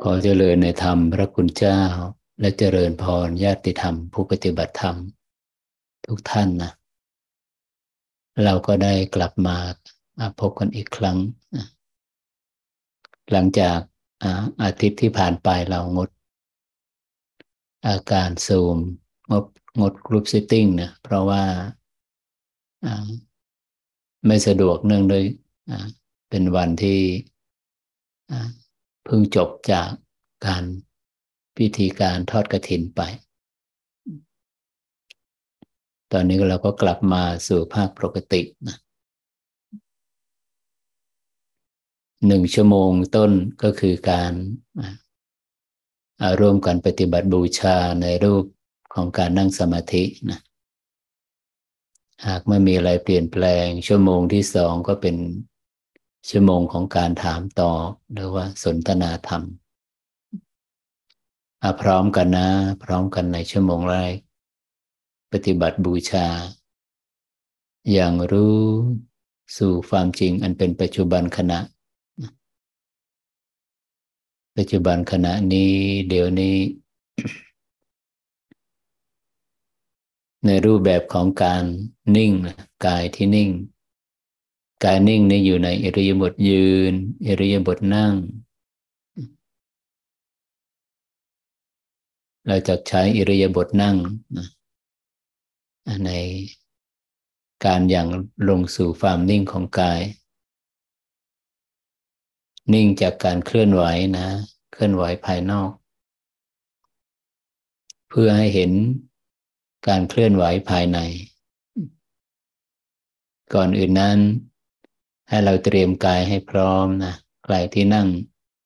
ขอเจริญในธรรมพระคุณเจ้าและเจริญพรญาติธรรมผู้ปฏิบัติธรรมทุกท่านนะเราก็ได้กลับมาพบกันอีกครั้งหลังจากอาทิตย์ที่ผ่านไปเรางดอาการซูมงดกรุ๊ปซิตติ้งนะเพราะว่าไม่สะดวกเนื่องด้วยเป็นวันที่เพิ่งจบจากการพิธีการทอดกฐินไปตอนนี้เราก็กลับมาสู่ภาคปกตินะ1 ชั่วโมงต้นก็คือการร่วมกันปฏิบัติบูชาในรูปของการนั่งสมาธินะหากไม่มีอะไรเปลี่ยนแปลงชั่วโมงที่ 2ก็เป็นชั่วโมงของการถามตอบหรือว่าสนทนาธรรมพร้อมกันนะพร้อมกันในชั่วโมงแรกปฏิบัติบูชาอย่างรู้สู่ความจริงอันเป็นปัจจุบันขณะปัจจุบันขณะนี้เดี๋ยวนี้ในรูปแบบของการนิ่งกายที่นิ่งกายนิ่งนี่อยู่ในอิริยาบถยืนอิริยาบถนั่งเราจะใช้อิริยาบถนั่งในการอย่างลงสู่ความนิ่งของกายนิ่งจากการเคลื่อนไหวนะเคลื่อนไหวภายนอกเพื่อให้เห็นการเคลื่อนไหวภายในก่อนอื่นนั้นให้เราเตรียมกายให้พร้อมนะใครที่นั่ง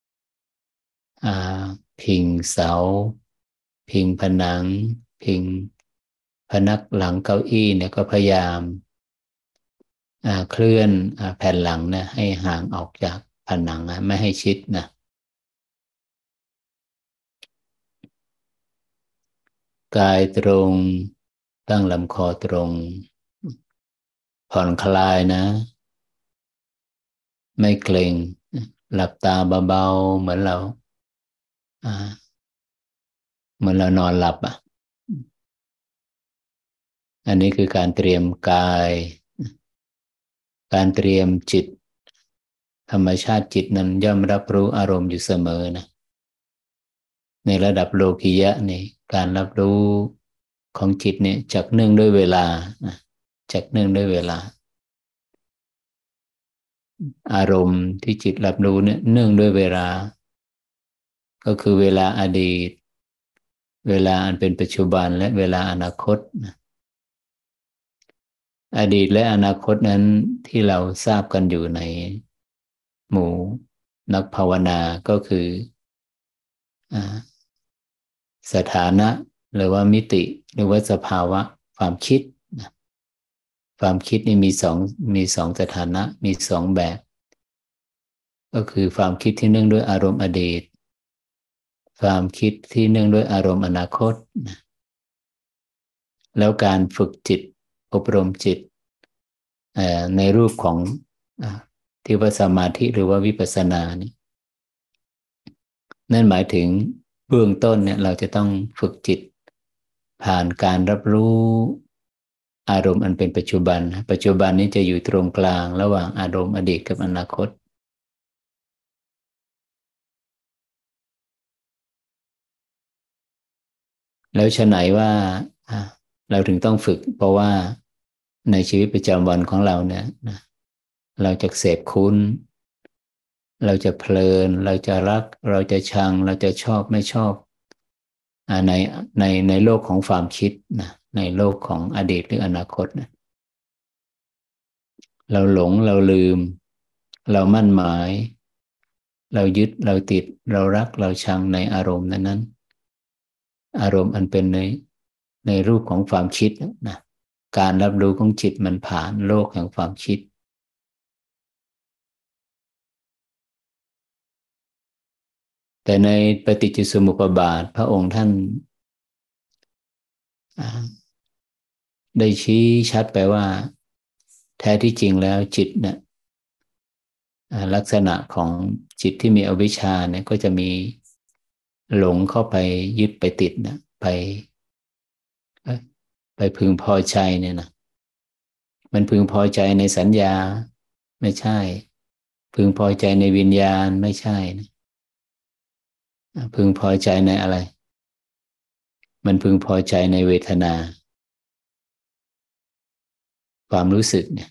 พิงเสาพิงผนังพิงพนักหลังเก้าอี้เนี่ยก็พยายามเคลื่อนแผ่นหลังนะให้ห่างออกจากผนังนะไม่ให้ชิดนะกายตรงตั้งลำคอตรงผ่อนคลายนะไม่เกร็งหลับตาเบาๆเหมือนเรานอนหลับอันนี้คือการเตรียมกายการเตรียมจิตธรรมชาติจิตนั้นย่อมรับรู้อารมณ์อยู่เสมอนะในระดับโลกิยะนี่การรับรู้ของจิตเนี่ยจักเนื่องด้วยเวลาจักเนื่องด้วยเวลาอารมณ์ที่จิตรับรู้เนี่ยเนื่องด้วยเวลาก็คือเวลาอดีตเวลาอันเป็นปัจจุบันและเวลาอนาคตอดีตและอนาคตนั้นที่เราทราบกันอยู่ในหมู่นักภาวนาก็คือสถานะหรือว่ามิติหรือว่าสภาวะความคิดความคิดนี่มีสองสถานะมีสองแบบก็คือความคิดที่เนื่องด้วยอารมณ์อดีตความคิดที่เนื่องด้วยอารมณ์อนาคตแล้วการฝึกจิตอบรมจิตในรูปของที่ว่าสมาธิหรือว่าวิปัสสนานี่นั่นหมายถึงเบื้องต้นเนี่ยเราจะต้องฝึกจิตผ่านการรับรู้อารมณ์อันเป็นปัจจุบันปัจจุบันนี้จะอยู่ตรงกลางระหว่างอารมณ์อดีตกับอนาคตแล้วฉะไหนว่าเราถึงต้องฝึกเพราะว่าในชีวิตประจำวันของเราเนี่ยเราจะเสพคุ้นเราจะเพลินเราจะรักเราจะชังเราจะชอบไม่ชอบในในโลกของความคิดนะในโลกของอดีตหรืออนาคตนะเราหลงเราลืมเรามั่นหมายเรายึดเราติดเรารักเราชังในอารมณ์นั้นอารมณ์อันเป็นในรูปของความคิดนะการรับรู้ของจิตมันผ่านโลกแห่งความคิดแต่ในปฏิจจสมุปบาทพระองค์ท่านได้ชี้ชัดไปว่าแท้ที่จริงแล้วจิตเนี่ยลักษณะของจิตที่มีอวิชชาเนี่ยก็จะมีหลงเข้าไปยึดไปติดนะไปพึงพอใจเนี่ยนะมันพึงพอใจในสัญญาไม่ใช่พึงพอใจในวิญญาณไม่ใช่นะพึงพอใจในอะไรมันพึงพอใจในเวทนาความรู้สึกเนี่ย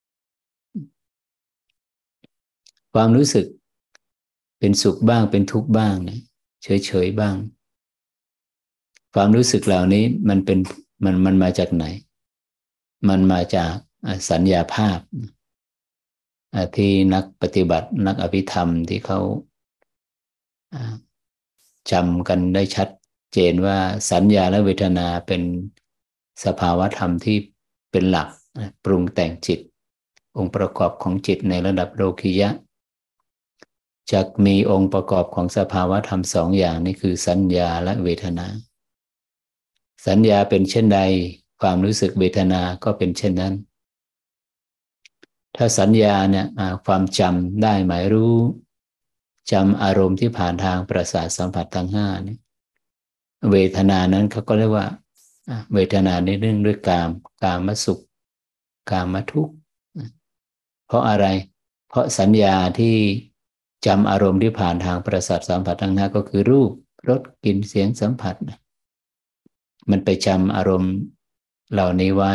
ความรู้สึกเป็นสุขบ้างเป็นทุกข์บ้างเนี่ยเฉยๆบ้างความรู้สึกเหล่านี้มันเป็นมันมาจากไหนมันมาจากสัญญาภาพที่นักปฏิบัตินักอภิธรรมที่เขาจำกันได้ชัดเจนว่าสัญญาและเวทนาเป็นสภาวธรรมที่เป็นหลักปรุงแต่งจิตองค์ประกอบของจิตในระดับโลกิยะจะมีองค์ประกอบของสภาวธรรมสองอย่างนี่คือสัญญาและเวทนาสัญญาเป็นเช่นใดความรู้สึกเวทนาก็เป็นเช่นนั้นถ้าสัญญาเนี่ยความจำได้หมายรู้จำอารมณ์ที่ผ่านทางประสาทสัมผัสทั้งห้าเนี่ยเวทนานั้นเขาก็เรียกว่าเวทนาในเรื่องด้วยกามสุขกามทุกข์เพราะอะไรเพราะสัญญาที่จำอารมณ์ที่ผ่านทางประสาทสัมผัสทั้งห้าก็คือรูปรสกลิ่นเสียงสัมผัสมันไปจำอารมณ์เหล่านี้ไว้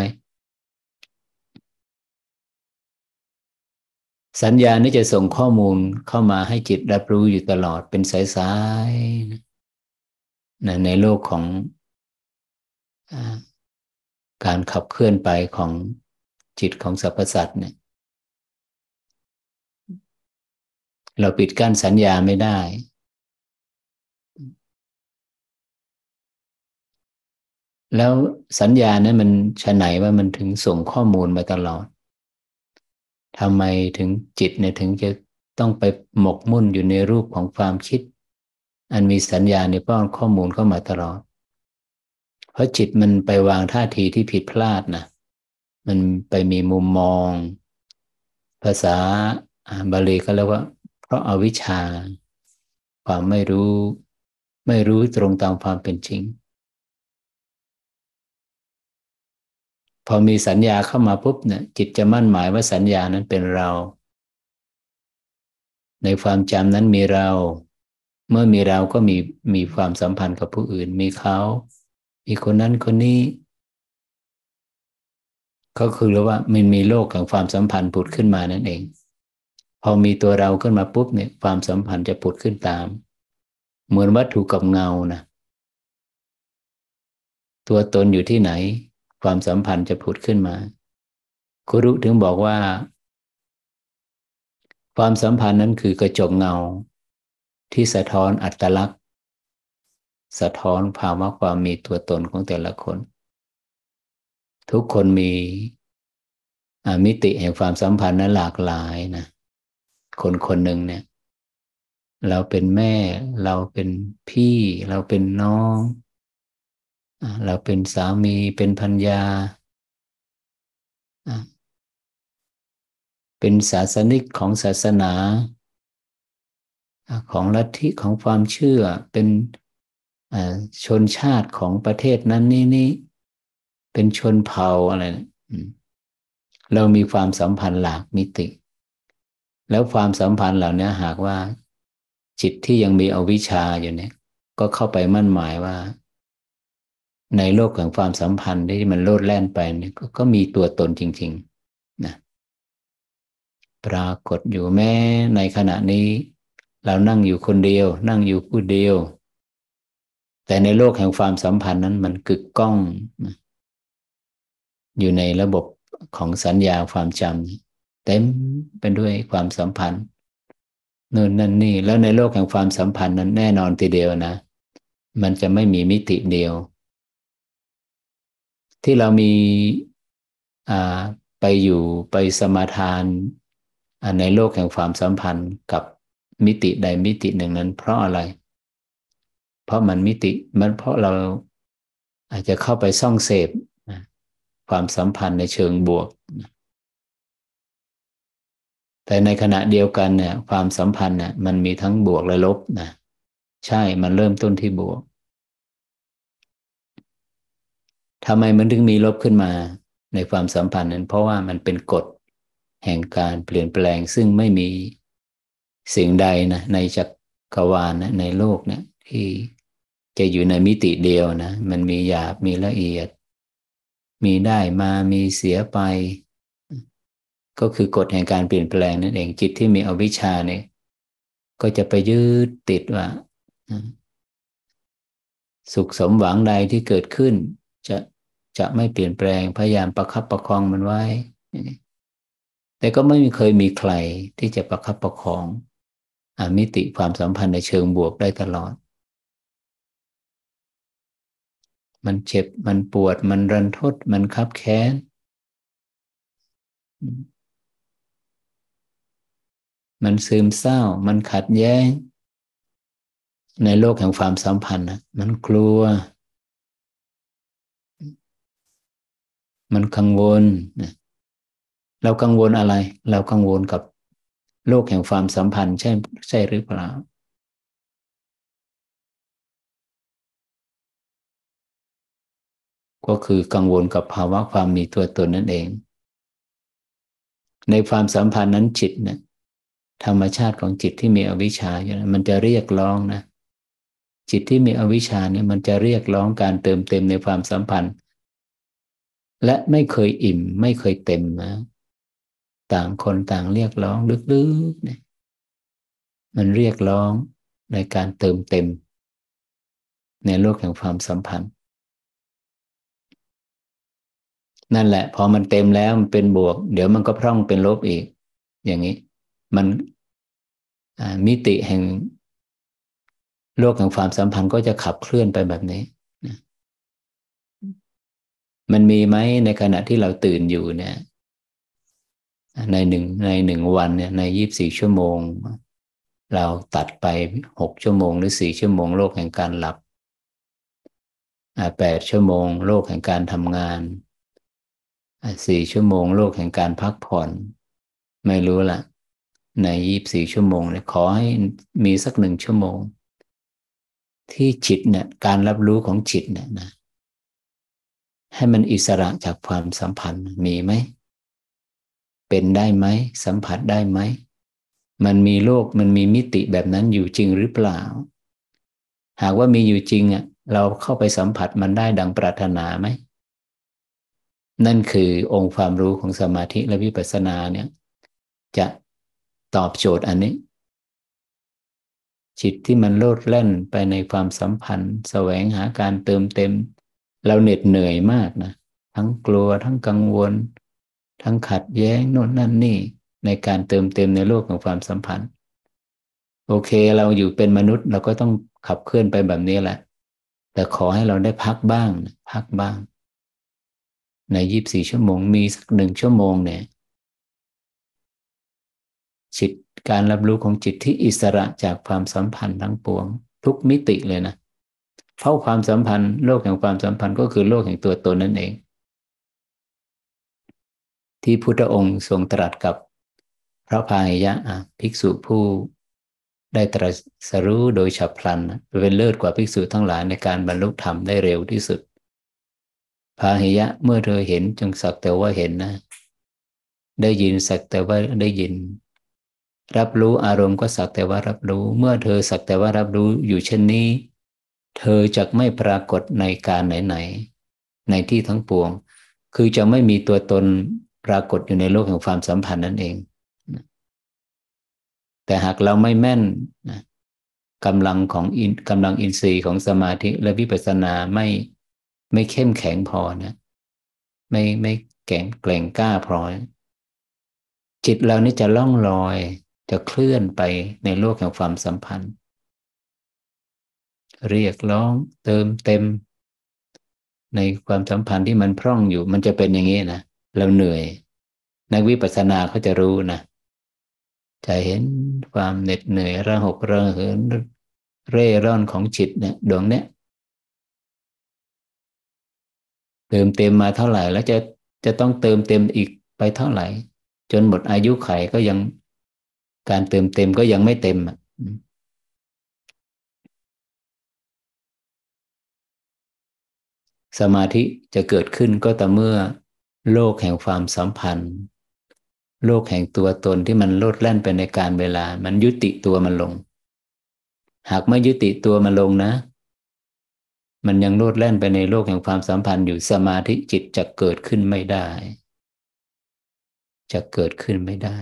สัญญานี้จะส่งข้อมูลเข้ามาให้จิตรับรู้อยู่ตลอดเป็นสายๆในโลกของการขับเคลื่อนไปของจิตของสรรพสัตว์เนี่ยเราปิดกั้นสัญญาไม่ได้แล้วสัญญานั้นมันฉะไหนว่ามันถึงส่งข้อมูลมาตลอดทำไมถึงจิตเนี่ยถึงจะต้องไปหมกมุ่นอยู่ในรูปของความคิดอันมีสัญญาในป้อนข้อมูลเข้ามาตลอดเพราะจิตมันไปวางท่าทีที่ผิดพลาดนะมันไปมีมุมมองภาษาบาลีก็เรียกว่าเพราะอาวิชชาความไม่รู้ตรงตามความเป็นจริงพอมีสัญญาเข้ามาปุ๊บเนี่ยจิตจะมั่นหมายว่าสัญญานั้นเป็นเราในความจำนั้นมีเราเมื่อมีเราก็มีความสัมพันธ์กับผู้อื่นมีเขามีคนนั้นคนนี้ก็คือเรียกว่ามันมีโลกของความสัมพันธ์ผุดขึ้นมานั่นเองพอมีตัวเราขึ้นมาปุ๊บเนี่ยความสัมพันธ์จะผุดขึ้นตามเหมือนวัตถุกับเงานะตัวตนอยู่ที่ไหนความสัมพันธ์จะผุดขึ้นมาครูรุถึงบอกว่าความสัมพันธ์นั้นคือกระจกเงาที่สะท้อนอัตลักษณ์สะท้อนภาวะความมีตัวตนของแต่ละคนทุกคนมีมิติแห่งความสัมพันธ์นั้นหลากหลายนะคนคนหนึ่งเนี่ยเราเป็นแม่เราเป็นพี่เราเป็นน้องเราเป็นสามีเป็นภรรยาเป็นศาสนิกของศาสนาของลัทธิของความเชื่อเป็นชนชาติของประเทศนั้นนี้เป็นชนเผ่าอะไรนะเรามีความสัมพันธ์หลากมิติแล้วความสัมพันธ์เหล่านี้หากว่าจิตที่ยังมีอวิชชาอยู่เนี่ยก็เข้าไปมั่นหมายว่าในโลกของความสัมพันธ์ที่มันโลดแล่นไปเนี่ยก็มีตัวตนจริงๆนะปรากฏอยู่แม้ในขณะนี้เรานั่งอยู่คนเดียวนั่งอยู่ผู้เดียวแต่ในโลกแห่งความสัมพันธ์นั้นมันกึกก้องนะอยู่ในระบบของสัญญาความจำเต็มไปด้วยความสัมพันธ์นู่นนั่นนี่แล้วในโลกแห่งความสัมพันธ์นั้นแน่นอนทีเดียวนะมันจะไม่มีมิติเดียวที่เรามีไปอยู่ไปสมาทานในโลกแห่งความสัมพันธ์กับมิติใดมิติหนึ่งนั้นเพราะอะไรเพราะมันมิติมันเพราะเราอาจจะเข้าไปส่องเสพความสัมพันธ์ในเชิงบวกแต่ในขณะเดียวกันเนี่ยความสัมพันธ์เนี่ยมันมีทั้งบวกและลบนะใช่มันเริ่มต้นที่บวกทำไมมันถึงมีลบขึ้นมาในความสัมพันธ์นั้นเพราะว่ามันเป็นกฎแห่งการเปลี่ยนแปลงซึ่งไม่มีสิ่งใดนะในจักรวาลนะในโลกเนี่ยที่จะอยู่ในมิติเดียวนะมันมีหยาบมีละเอียดมีได้มามีเสียไปก็คือกฎแห่งการเปลี่ยนแปลงนั่นเองจิตที่มีอวิชชาเนี่ยก็จะไปยึดติดว่าสุขสมหวังใดที่เกิดขึ้นจะจะไม่เปลี่ยนแปลงพยายามประคับประคองมันไว้แต่ก็ไม่เคยมีใครที่จะประคับประคองมิติความสัมพันธ์ในเชิงบวกได้ตลอดมันเจ็บมันปวดมันรันทดมันคับแค้นมันซึมเศร้ามันขัดแย้งในโลกแห่งความสัมพันธ์นะมันกลัวมันกังวลนะเรากังวลอะไรเรากังวลกับโลกแห่งความสัมพันธ์ใช่หรือเปล่าก็คือกังวลกับภาวะความมีตัวตนนั่นเองในความสัมพันธ์นั้นจิตเนี่ยธรรมชาติของจิตที่มีอวิชชาอยู่นะมันจะเรียกร้องนะจิตที่มีอวิชชาเนี่ยมันจะเรียกร้องการเติมเต็มในความสัมพันธ์และไม่เคยอิ่มไม่เคยเต็มนะต่างคนต่างเรียกร้องลึกๆเนี่ยมันเรียกร้องในการเติมเต็มในโลกแห่งความสัมพันธ์นั่นแหละพอมันเต็มแล้วมันเป็นบวกเดี๋ยวมันก็พร่องเป็นลบอีกอย่างนี้มันมิติแห่งโลกแห่งความสัมพันธ์ก็จะขับเคลื่อนไปแบบนี้มันมีไหมในขณะที่เราตื่นอยู่เนี่ยในหนึ่งวันเนี่ยใน24 ชั่วโมงเราตัดไป6 ชั่วโมงหรือ4 ชั่วโมงโลกแห่งการหลับ8 ชั่วโมงโลกแห่งการทำงาน4 ชั่วโมงโลกแห่งการพักผ่อนไม่รู้ละใน24 ชั่วโมงเนี่ยขอให้มีสัก1 ชั่วโมงที่จิตเนี่ยการรับรู้ของจิตเนี่ยนะให้มันอิสระจากความสัมพันธ์มีไหมเป็นได้ไหมสัมผัสได้ไหมมันมีโลกมันมีมิติแบบนั้นอยู่จริงหรือเปล่าหากว่ามีอยู่จริงอ่ะเราเข้าไปสัมผัสมันได้ดังปรารถนาไหมนั่นคือองค์ความรู้ของสมาธิและวิปัสสนาเนี่ยจะตอบโจทย์อันนี้จิตที่มันโลดแล่นไปในความสัมพันธ์แสวงหาการเติมเต็มเราเหน็ดเหนื่อยมากนะทั้งกลัวทั้งกังวลทั้งขัดแย้งโน่นนั่นนี่ในการเติมเต็มในโลกของความสัมพันธ์โอเคเราอยู่เป็นมนุษย์เราก็ต้องขับเคลื่อนไปแบบนี้แหละแต่ขอให้เราได้พักบ้างพักบ้างใน24 ชั่วโมงมีสัก1 ชั่วโมงเนี่ยจิตการรับรู้ของจิตที่อิสระจากความสัมพันธ์ทั้งปวงทุกมิติเลยนะเพราะความสัมพันธ์โลกแห่งความสัมพันธ์ก็คือโลกแห่งตัวตนนั่นเองที่พุทธองค์ทรงตรัสกับพระพาหิยะภิกษุผู้ได้ตรัสรู้โดยฉับพลันเป็นเลิศกว่าภิกษุทั้งหลายในการบรรลุธรรมได้เร็วที่สุดพาหิยะเมื่อเธอเห็นจงสักแต่ว่าเห็นนะได้ยินสักแต่ว่าได้ยินรับรู้อารมณ์ก็สักแต่ว่ารับรู้เมื่อเธอสักแต่ว่ารับรู้อยู่เช่นนี้เธอจะไม่ปรากฏในการไหนๆในที่ทั้งปวงคือจะไม่มีตัวตนปรากฏอยู่ในโลกแห่งความสัมพันธ์นั่นเองแต่หากเราไม่แม่นนะกำลังอินทรีย์ของสมาธิและวิปัสสนาไม่เข้มแข็งพอนะไม่แกร่งกล้าพอจิตเรานี่จะล่องลอยจะเคลื่อนไปในโลกแห่งความสัมพันธ์เรียกร้องเติมเต็มในความสัมพันธ์ที่มันพร่องอยู่มันจะเป็นอย่างนี้นะเราเหนื่อยนักวิปัสสนาเขาจะรู้นะจะเห็นความเหน็ดเหนื่อยระหกระเหินเร่ร่อนของจิตเนี่ยดวงเนี้ยเติมเต็มมาเท่าไหร่แล้วจะต้องเติมเต็มอีกไปเท่าไหร่จนหมดอายุไขก็ยังการเติมเต็มก็ยังไม่เต็มสมาธิจะเกิดขึ้นก็ต่อเมื่อโลกแห่งความสัมพันธ์โลกแห่งตัวตนที่มันโลดแล่นไปในการเวลามันยุติตัวมันลงหากไม่ยุติตัวมันลงนะมันยังโลดแล่นไปในโลกแห่งความสัมพันธ์อยู่สมาธิจิตจะเกิดขึ้นไม่ได้จะเกิดขึ้นไม่ได้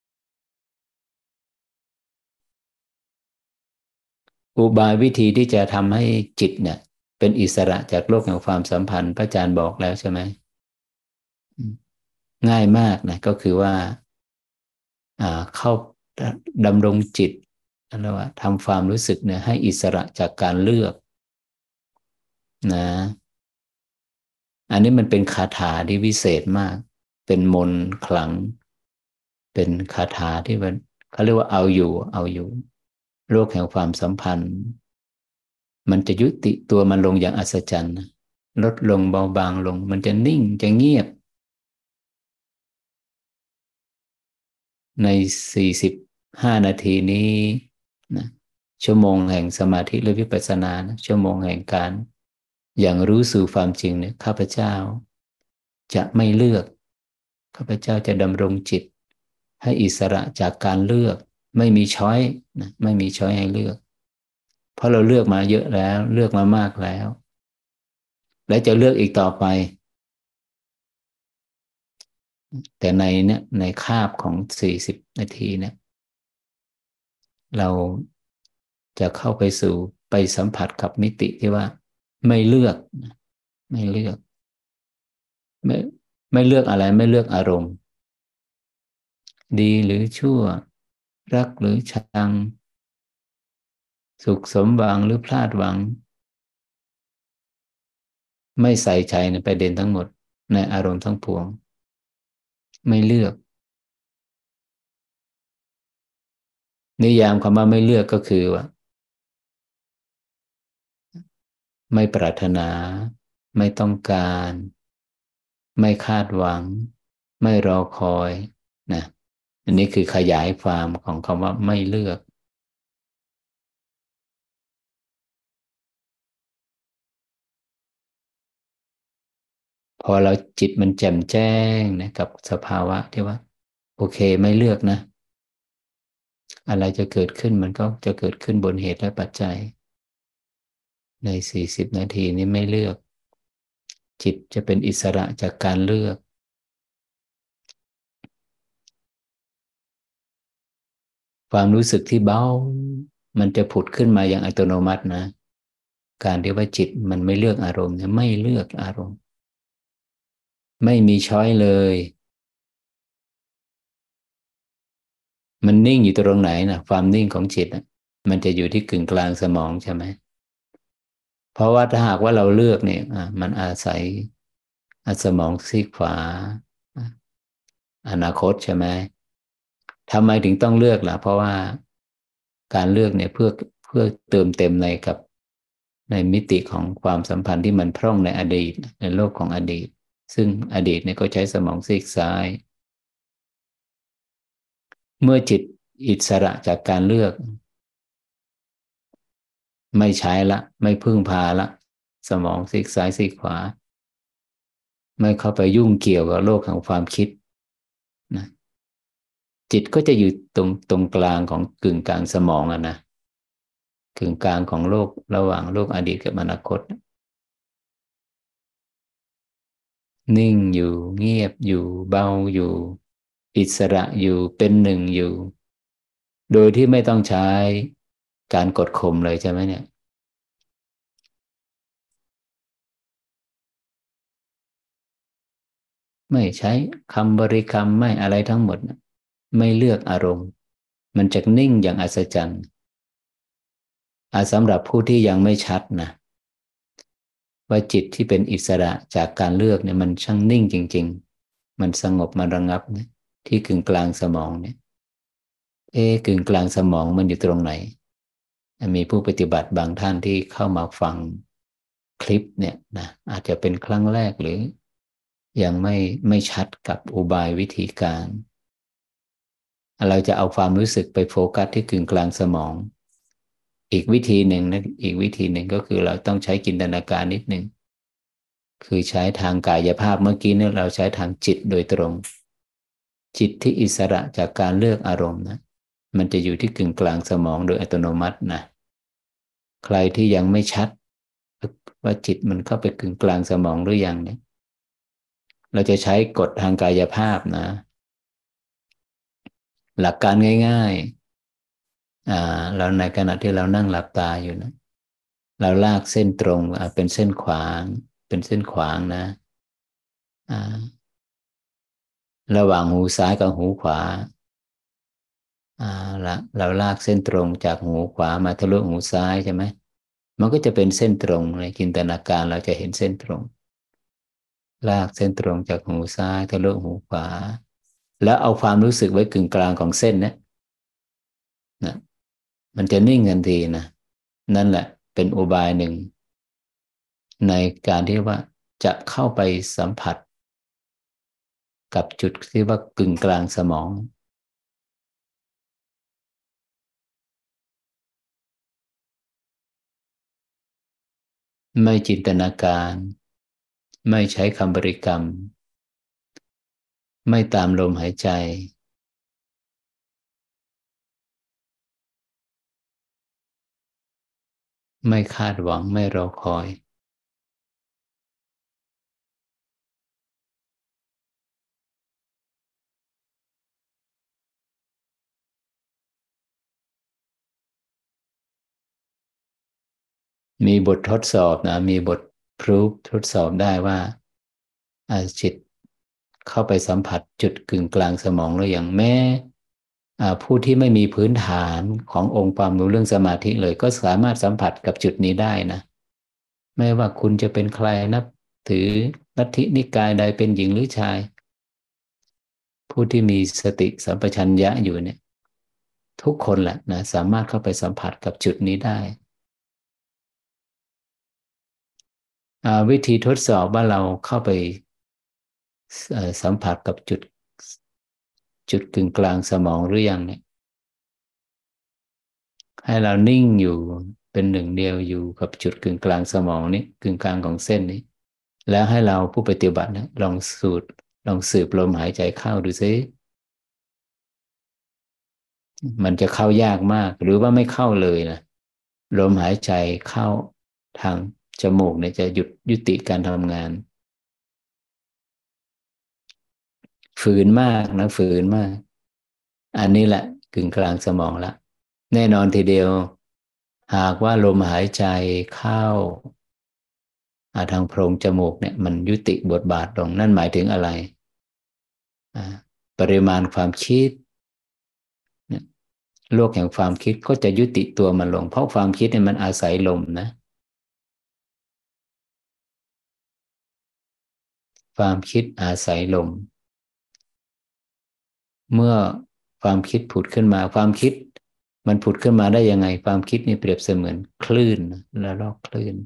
อุบายวิธีที่จะทำให้จิตเนี่ยเป็นอิสระจากโลกแห่งความสัมพันธ์พระอาจารย์บอกแล้วใช่ไหมง่ายมากนะก็คือว่าเข้าดำรงจิตอะไรว่าทำความรู้สึกเนี่ยให้อิสระจากการเลือกนะอันนี้มันเป็นคาถาที่วิเศษมากเป็นมนต์ขลังเป็นคาถาที่มันเขาเรียกว่าเอาอยู่โลกแห่งความสัมพันธ์มันจะยุติตัวมันลงอย่างอัศจรรย์ลดลงเบาบางลงมันจะนิ่งจะเงียบใน45 นาทีนี้นะชั่วโมงแห่งสมาธิหรือวิปัสสนานะชั่วโมงแห่งการอย่างรู้สู่ความจริงเนี่ยข้าพเจ้าจะไม่เลือกข้าพเจ้าจะดำรงจิตให้อิสระจากการเลือกไม่มีช้อยนะไม่มีช้อยให้เลือกเพราะเราเลือกมาเยอะแล้วเลือกมามากแล้วและจะเลือกอีกต่อไปแต่ในคาบของ40 นาทีเนี่ยเราจะเข้าไปสู่ไปสัมผัสกับมิติที่ว่าไม่เลือกไม่เลือกไม่ไม่เลือกอะไรไม่เลือกอารมณ์ดีหรือชั่วรักหรือชังสุขสมหวังหรือพลาดหวังไม่ใส่ใจในประเด็นทั้งหมดในอารมณ์ทั้งปวงไม่เลือกนิยามคำว่าไม่เลือกก็คือว่าไม่ปรารถนาไม่ต้องการไม่คาดหวังไม่รอคอยนะอันนี้คือขยายความของคำว่าไม่เลือกพอเราจิตมันแจ่มแจ้งนะกับสภาวะที่ว่าโอเคไม่เลือกนะอะไรจะเกิดขึ้นมันก็จะเกิดขึ้นบนเหตุและปัจจัยใน40 นาทีนี้ไม่เลือกจิตจะเป็นอิสระจากการเลือกความรู้สึกที่เบามันจะผุดขึ้นมาอย่างอัตโนมัตินะการที่ว่าจิตมันไม่เลือกอารมณ์เนี่ยไม่เลือกอารมณ์ไม่มีช้อยเลยมันนิ่งอยู่ตรงไหนนะความนิ่งของจิตนะมันจะอยู่ที่กึ่งกลางสมองใช่ไหมเพราะว่าถ้าหากว่าเราเลือกเนี่ยมันอาศัยสมองซีกขวาอนาคตใช่ไหมทำไมถึงต้องเลือกล่ะเพราะว่าการเลือกเนี่ยเพื่อเติมเต็มในมิติของความสัมพันธ์ที่มันพร่องในอดีตในโลกของอดีตซึ่งอดีตเนี่ยก็ใช้สมองซีกซ้ายเมื่อจิตอิสระจากการเลือกไม่ใช้ละไม่พึ่งพาละสมองซีกซ้ายซีกขวาไม่เข้าไปยุ่งเกี่ยวกับโลกของความคิดนะจิตก็จะอยู่ตรงกลางของกึ่งกลางสมองนะกึ่งกลางของโลกระหว่างโลกอดีตกับอนาคตนิ่งอยู่เงียบอยู่เบาอยู่อิสระอยู่เป็นหนึ่งอยู่โดยที่ไม่ต้องใช้การกดข่มเลยใช่ไหมเนี่ยไม่ใช้คำบริกรรมไม่อะไรทั้งหมดไม่เลือกอารมณ์มันจะนิ่งอย่างอัศจรรย์สำหรับผู้ที่ยังไม่ชัดนะว่าจิตที่เป็นอิสระจากการเลือกเนี่ยมันช่างนิ่งจริงๆมันสงบมันระงับเนี่ยที่กึ่งกลางสมองเนี่ยกึ่งกลางสมองมันอยู่ตรงไหนมีผู้ปฏิบัติบางท่านที่เข้ามาฟังคลิปเนี่ยนะอาจจะเป็นครั้งแรกหรือยังไม่ชัดกับอุบายวิธีการเราจะเอาความรู้สึกไปโฟกัสที่กึ่งกลางสมองอีกวิธีหนึ่งนะอีกวิธีหนึ่งก็คือเราต้องใช้จินตนาการนิดหนึ่งคือใช้ทางกายภาพเมื่อกี้เนี่ยเราใช้ทางจิตโดยตรงจิตที่อิสระจากการเลือกอารมณ์นะมันจะอยู่ที่กึ่งกลางสมองโดยอัตโนมัตินะใครที่ยังไม่ชัดว่าจิตมันเข้าไปกึ่งกลางสมองหรือยังเนี่ยเราจะใช้กฎทางกายภาพนะหลักการง่ายๆเราในขณะที่เรานั่งหลับตาอยู่นะเราลากเส้นตรงเป็นเส้นขวางเป็นเส้นขวางนะอ่าระหว่างหูซ้ายกับหูขวาเราลากเส้นตรงจากหูขวามาทะลุหูซ้ายใช่ไหมมันก็จะเป็นเส้นตรงในจินตนาการเราจะเห็นเส้นตรงลากเส้นตรงจากหูซ้ายทะลุหูขวาแล้วเอาความรู้สึกไว้กึ่งกลางของเส้นนะนะมันจะนิ่งทันทีนะนั่นแหละเป็นอุบายหนึ่งในการที่ว่าจะเข้าไปสัมผัสกับจุดที่ว่ากึ่งกลางสมองไม่จินตนาการไม่ใช้คำบริกรรมไม่ตามลมหายใจไม่คาดหวังไม่รอคอยมีบททดสอบนะมีบทพรูฟทดสอบได้ว่าจิตเข้าไปสัมผัสจุดกึ่งกลางสมองหรือยังแม้ผู้ที่ไม่มีพื้นฐานขององค์ความรู้เรื่องสมาธิเลยก็สามารถสัมผัสกับจุดนี้ได้นะไม่ว่าคุณจะเป็นใครนับถือลัทธินิกายใดเป็นหญิงหรือชายผู้ที่มีสติสัมปชัญญะอยู่เนี่ยทุกคนแหละนะสามารถเข้าไปสัมผัสกับจุดนี้ได้วิธีทดสอบว่าเราเข้าไปสัมผัสกับจุดกึ่งกลางสมองหรือยังเนี่ยให้เรานิ่งอยู่เป็นหนึ่งเดียวอยู่กับจุดกึ่งกลางสมองนี้กึ่งกลางของเส้นนี้แล้วให้เราผู้ปฏิบัตินะลองสูบลมหายใจเข้าดูซิมันจะเข้ายากมากหรือว่าไม่เข้าเลยนะลมหายใจเข้าทางจมูกเนี่ยจะยุติการทำงานฝืนมากนะฝืนมากอันนี้แหละกึ่งกลางสมองละแน่นอนทีเดียวหากว่าลมหายใจเข้าทางโพรงจมูกเนี่ยมันยุติบทบาทลงนั่นหมายถึงอะไรปริมาณความคิดเนี่ยโลกแห่งความคิดก็จะยุติตัวมันลงเพราะความคิดเนี่ยมันอาศัยลมนะความคิดอาศัยลมเมื่อความคิดผุดขึ้นมาความคิดมันผุดขึ้นมาได้ยังไงความคิดนี่เปรียบเสมือนคลื่นและลอกคลื่น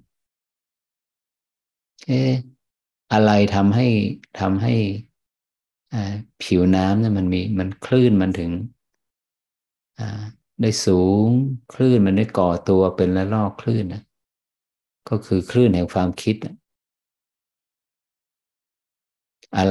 เอ๊ะอะไรทำให้ผิวน้ำเนี่ยมันคลื่นมันถึงได้สูงคลื่นมันได้ก่อตัวเป็นระลอกคลื่นนะก็คือคลื่นแห่งความคิดอะไร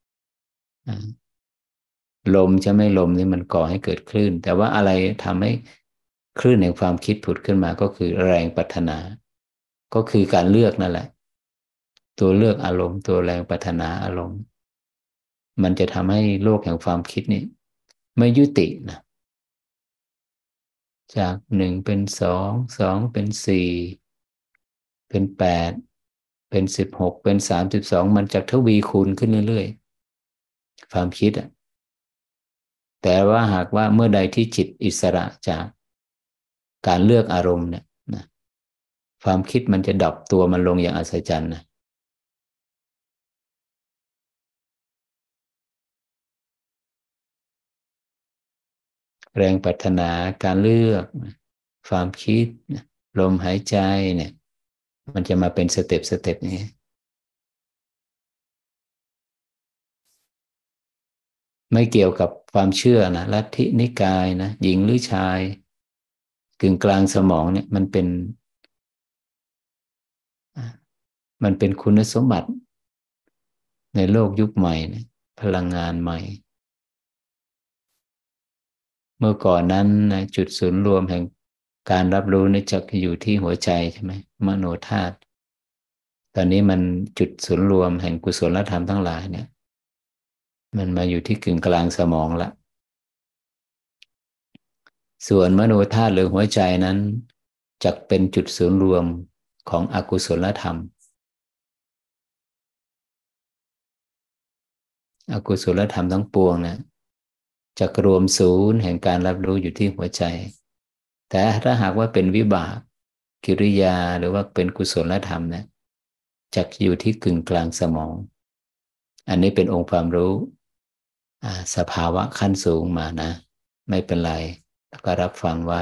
ลมจะไม่ลมนี่มันก่อให้เกิดคลื่นแต่ว่าอะไรทำให้คลื่นแห่งความคิดผุดขึ้นมาก็คือแรงปรารถนาก็คือการเลือกนั่นแหละตัวเลือกอารมณ์ตัวแรงปรารถนาอารมณ์มันจะทำให้โลกแห่งความคิดนี่ไม่ยุตินะจากหนึ่งเป็นสองสองเป็นสี่เป็นแปดเป็น16เป็น32มันจะทวีคูณขึ้นเรื่อยๆความคิดอ่ะแต่ว่าหากว่าเมื่อใดที่จิตอิสระจากการเลือกอารมณ์เนี่ยนะความคิดมันจะดับตัวมันลงอย่างอัศจรรย์นะแรงปรารถนาการเลือกความคิดลมหายใจเนี่ยมันจะมาเป็นสเต็ปนี้ไม่เกี่ยวกับความเชื่อนะลัทธินิกายนะหญิงหรือชายกึ่งกลางสมองเนี่ยมันเป็นมันเป็นคุณสมบัติในโลกยุคใหม่นะพลังงานใหม่เมื่อก่อนนั้นนะจุดศูนย์รวมแห่งการรับรู้นี่จะอยู่ที่หัวใจใช่ไหมมโนธาตุตอนนี้มันจุดศูนย์รวมแห่งกุศลธรรมทั้งหลายเนี่ยมันมาอยู่ที่กึ่งกลางสมองละส่วนมโนธาตุหรือหัวใจนั้นจะเป็นจุดศูนย์รวมของอกุศลธรรมอกุศลธรรมทั้งปวงนะจะรวมศูนย์แห่งการรับรู้อยู่ที่หัวใจแต่ถ้าหากว่าเป็นวิบากกิริยาหรือว่าเป็นกุศลธรรมเนี่ยจะอยู่ที่กึ่งกลางสมองอันนี้เป็นองค์ความรู้สภาวะขั้นสูงมานะไม่เป็นไรแล้วก็รับฟังไว้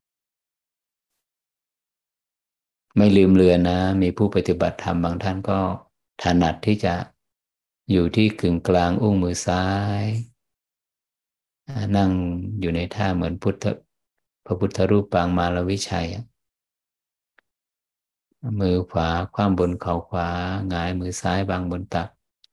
ไม่ลืมเลือนนะมีผู้ปฏิบัติธรรมบางท่านก็ถนัดที่จะอยู่ที่กึ่งกลางอุ้งมือซ้ายนั่งอยู่ในท่าเหมือนพระพุทธรูปปางมารวิชัยมือขวาคว่ำบนเข่าขวาหงายมือซ้ายวางบนตัก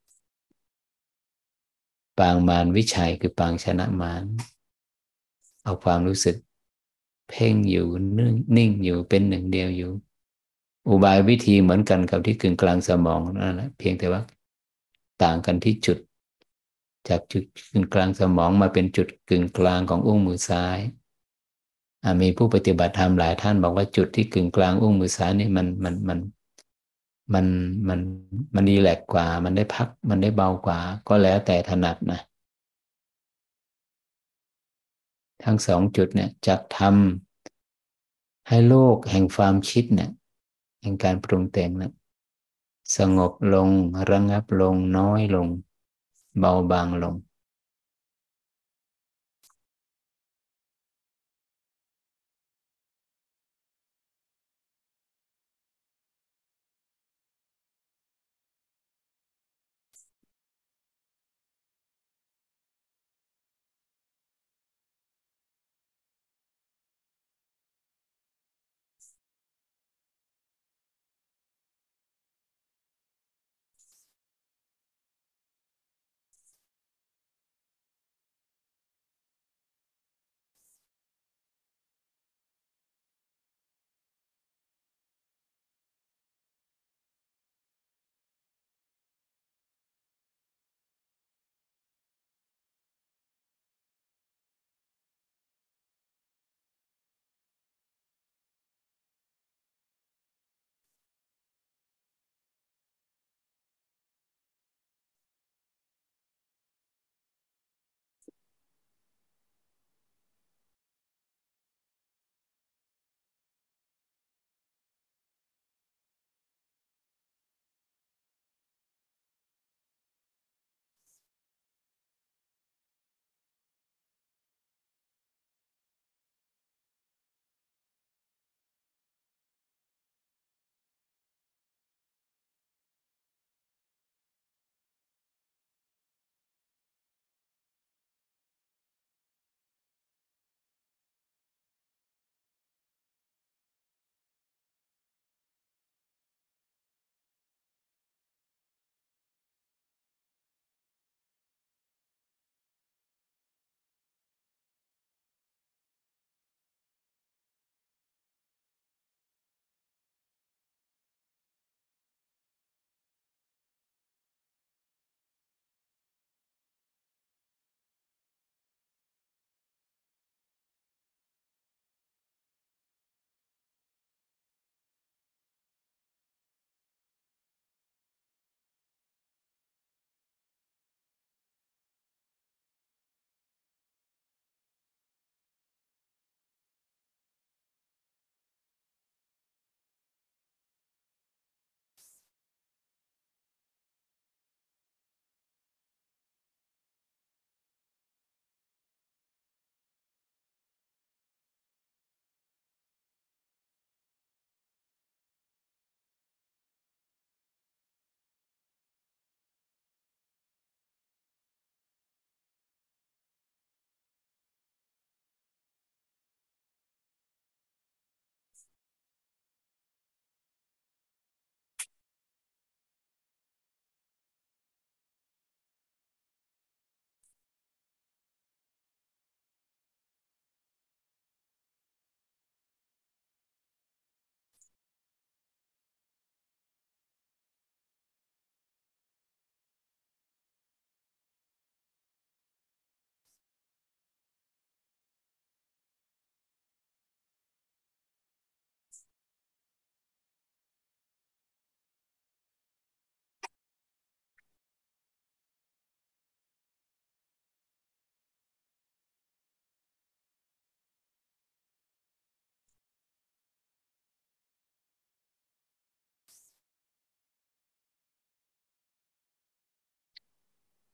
ปางมารวิชัยคือปางชนะมารเอาความรู้สึกเพ่งอยู่นิ่งอยู่เป็นหนึ่งเดียวอยู่อุบายวิธีเหมือนกันกับที่กึ่งกลางสมองนั่นแหละเพียงแต่ว่าต่างกันที่จุดจากจุดกึ่งกลางสมองมาเป็นจุดกึ่งกลางของอุ้งมือซ้ายมีผู้ปฏิบัติธรรมหลายท่านบอกว่าจุดที่กึ่งกลางอุ้งมือซ้ายนี่มันมันมันรีแลกซ์กว่ามันได้พักมันได้เบากว่าก็แล้วแต่ถนัดนะทั้งสองจุดเนี่ยจะทำให้โลกแห่งความคิดเนี่ยแห่งการปรุงแต่งนะสงบลงระงับลงน้อยลงเบาบางลง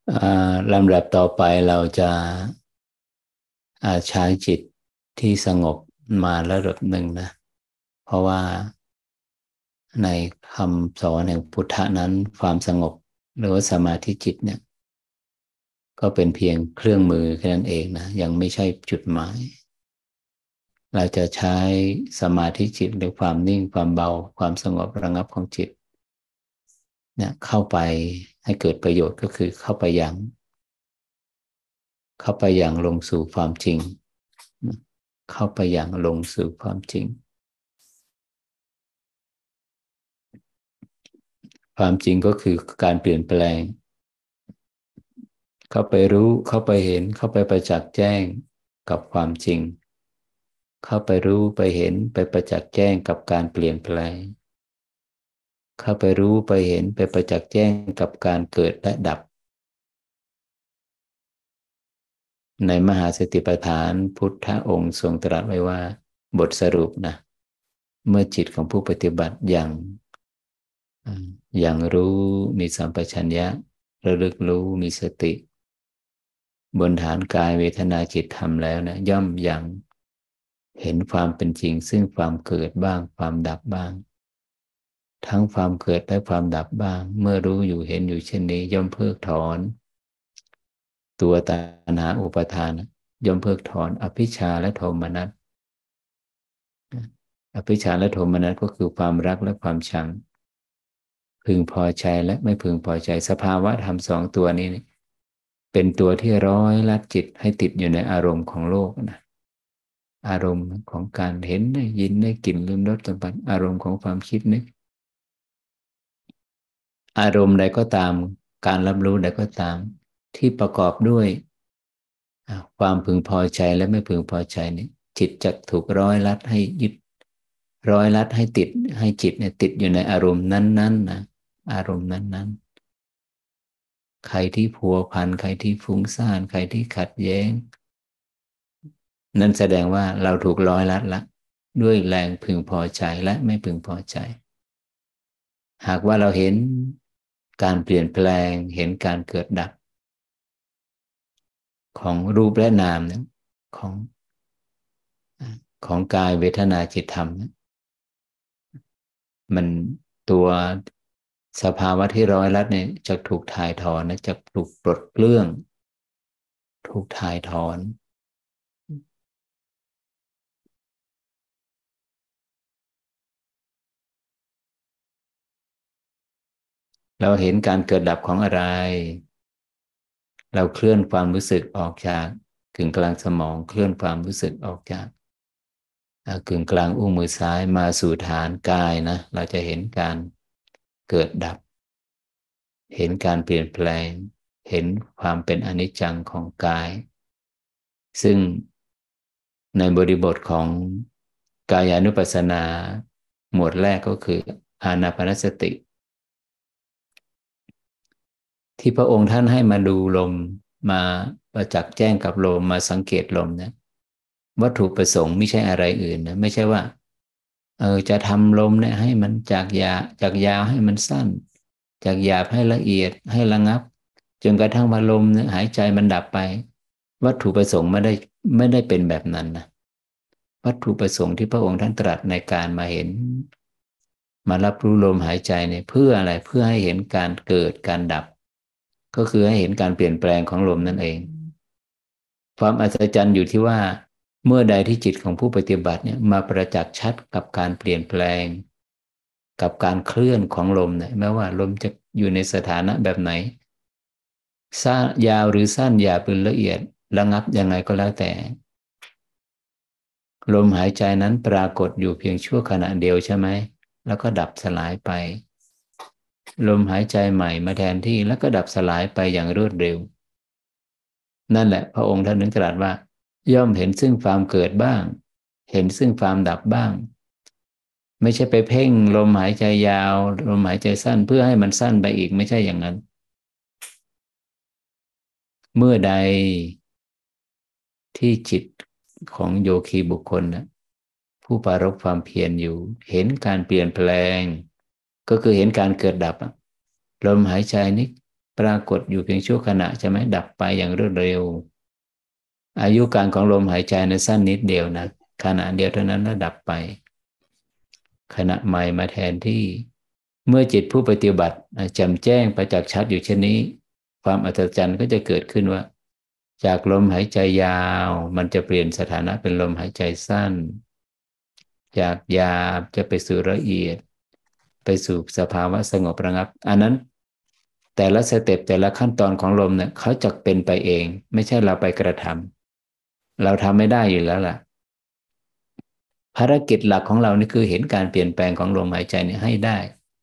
ลำดับต่อไปเราจะใช้จิตที่สงบมาระดับหนึ่งนะเพราะว่าในคำสอนแห่งพุทธะนั้นความสงบหรือว่าสมาธิจิตเนี่ยก็เป็นเพียงเครื่องมือแค่นั้นเองนะยังไม่ใช่จุดหมายเราจะใช้สมาธิจิตหรือความนิ่งความเบาความสงบระงับของจิตเนี่ยเข้าไปให้เกิดประโยชน์ก็คือเข้าไปอย่างลงสู่ความจริงเข้าไปอย่างลงสู่ความจริงความจริงก็คือการเปลี่ยนแปลงเข้าไปรู้เข้าไปเห็นเข้าไปประจักษ์แจ้งกับความจริงเข้าไปรู้ไปเห็นไปประจักษ์แจ้งกับการเปลี่ยนแปลงเข้าไปรู้ไปเห็นไปประจักษ์แจ้งกับการเกิดและดับในมหาสติปัฏฐานพุทธองค์ทรงตรัสไว้ว่าบทสรุปนะเมื่อจิตของผู้ปฏิบัติอย่างรู้มีสัมปชัญญะระลึกรู้มีสติบนฐานกายเวทนาจิตธรรมแล้วนะย่อมยังเห็นความเป็นจริงซึ่งความเกิดบ้างความดับบ้างทั้งความเกิดและความดับบ้างเมื่อรู้อยู่เห็นอยู่เช่นนี้ย่อมเพิกถอนตัวตัณหาอุปาทานย่อมเพิกถอนอภิชฌาและโทมนัสอภิชฌาและโทมนัสก็คือความรักและความชังพึงพอใจและไม่พึงพอใจสภาวะธรรมสองตัวนี้เป็นตัวที่ร้อยลัดจิตให้ติดอยู่ในอารมณ์ของโลกนะอารมณ์ของการเห็นได้ยินได้กลิ่นลิ้มรสสัมผัสอารมณ์ของความคิดนึกอารมณ์ใดก็ตามการรับรู้ใดก็ตามที่ประกอบด้วยความพึงพอใจและไม่พึงพอใจนี่จิตจะถูกร้อยลัดให้ยึดร้อยลัดให้ติดให้จิตเนี่ยติดอยู่ในอารมณ์นั้นๆนะอารมณ์นั้นๆใครที่พัวพันใครที่ฟุ้งซ่านใครที่ขัดแย้งนั่นแสดงว่าเราถูกร้อยลัดละด้วยแรงพึงพอใจและไม่พึงพอใจหากว่าเราเห็นการเปลี่ยนแปลงเห็นการเกิดดับของรูปและนามเนี่ยของของกายเวทนาจิตธรรมเนี่ยมันตัวสภาวะที่ร้อยลัดเนี่ยจะถูกถ่ายถอนนะจะถูกปลดเปลื้องถูกถ่ายถอนเราเห็นการเกิดดับของอะไรเราเคลื่อนความรู้สึกออกจากกึ่งกลางสมองเคลื่อนความรู้สึกออกจากกึ่งกลางอุ้งมือซ้ายมาสู่ฐานกายนะเราจะเห็นการเกิดดับเห็นการเปลี่ยนแปลงเห็นความเป็นอนิจจังของกายซึ่งในบริบทของกายานุปัสสนาหมวดแรกก็คืออานาปานสติที่พระองค์ท่านให้มาดูลมมาประจักษ์แจ้งกับลมมาสังเกตลมเนี่ยวัตถุประสงค์ไม่ใช่อะไรอื่นนะไม่ใช่ว่าจะทำลมเนี่ยให้มันจากยาวให้มันสั้นจากหยาบให้ละเอียดให้ระงับจนกระทั่งว่าลมเนี่ยหายใจมันดับไปวัตถุประสงค์ไม่ได้เป็นแบบนั้นนะวัตถุประสงค์ที่พระองค์ท่านตรัสในการมาเห็นมารับรู้ลมหายใจเนี่ยเพื่ออะไรเพื่อให้เห็นการเกิดการดับก็คือให้เห็นการเปลี่ยนแปลงของลมนั่นเองความอัศจรรย์อยู่ที่ว่าเมื่อใดที่จิตของผู้ปฏิบัติเนี่ยมาประจักษ์ชัดกับการเปลี่ยนแปลงกับการเคลื่อนของลมเนี่ยแม้ว่าลมจะอยู่ในสถานะแบบไหนสั้นยาวหรือสั้นหยาบหรือละเอียดระงับยังไงก็แล้วแต่ลมหายใจนั้นปรากฏอยู่เพียงชั่วขณะเดียวใช่ไหมแล้วก็ดับสลายไปลมหายใจใหม่มาแทนที่แล้วก็ดับสลายไปอย่างรวดเร็วนั่นแหละพระองค์ท่านนึกตรัสว่าย่อมเห็นซึ่งความเกิดบ้างเห็นซึ่งความดับบ้างไม่ใช่ไปเพ่งลมหายใจยาวลมหายใจสั้นเพื่อให้มันสั้นไปอีกไม่ใช่อย่างนั้นเมื่อใดที่จิตของโยคีบุคคลนะผู้ปรารภความเพียรอยู่เห็นการเปลี่ยนแปลงก็คือเห็นการเกิดดับลมหายใจนี้ปรากฏอยู่เพียงชั่วขณะใช่ไหมดับไปอย่างรวดเร็วอายุการของลมหายใจในสั้นนิดเดียวนะขณะเดียวเท่านั้นแล้วดับไปขณะใหม่มาแทนที่เมื่อจิตผู้ปฏิบัติแจ่มแจ้งประจักษ์ชัดอยู่เช่นนี้ความอัศจรรย์ก็จะเกิดขึ้นว่าจากลมหายใจยาวมันจะเปลี่ยนสถานะเป็นลมหายใจสั้นจากหยาบจะไปสู่ละเอียดไปสู่สภาวะสงบระงับอันนั้นแต่ละสเต็ปแต่ละขั้นตอนของลมเนี่ยเขาจะเป็นไปเองไม่ใช่เราไปกระทำเราทำไม่ได้อยู่แล้วล่ะภารกิจหลักของเรานี่คือเห็นการเปลี่ยนแปลงของลมหายใจเนี่ยให้ได้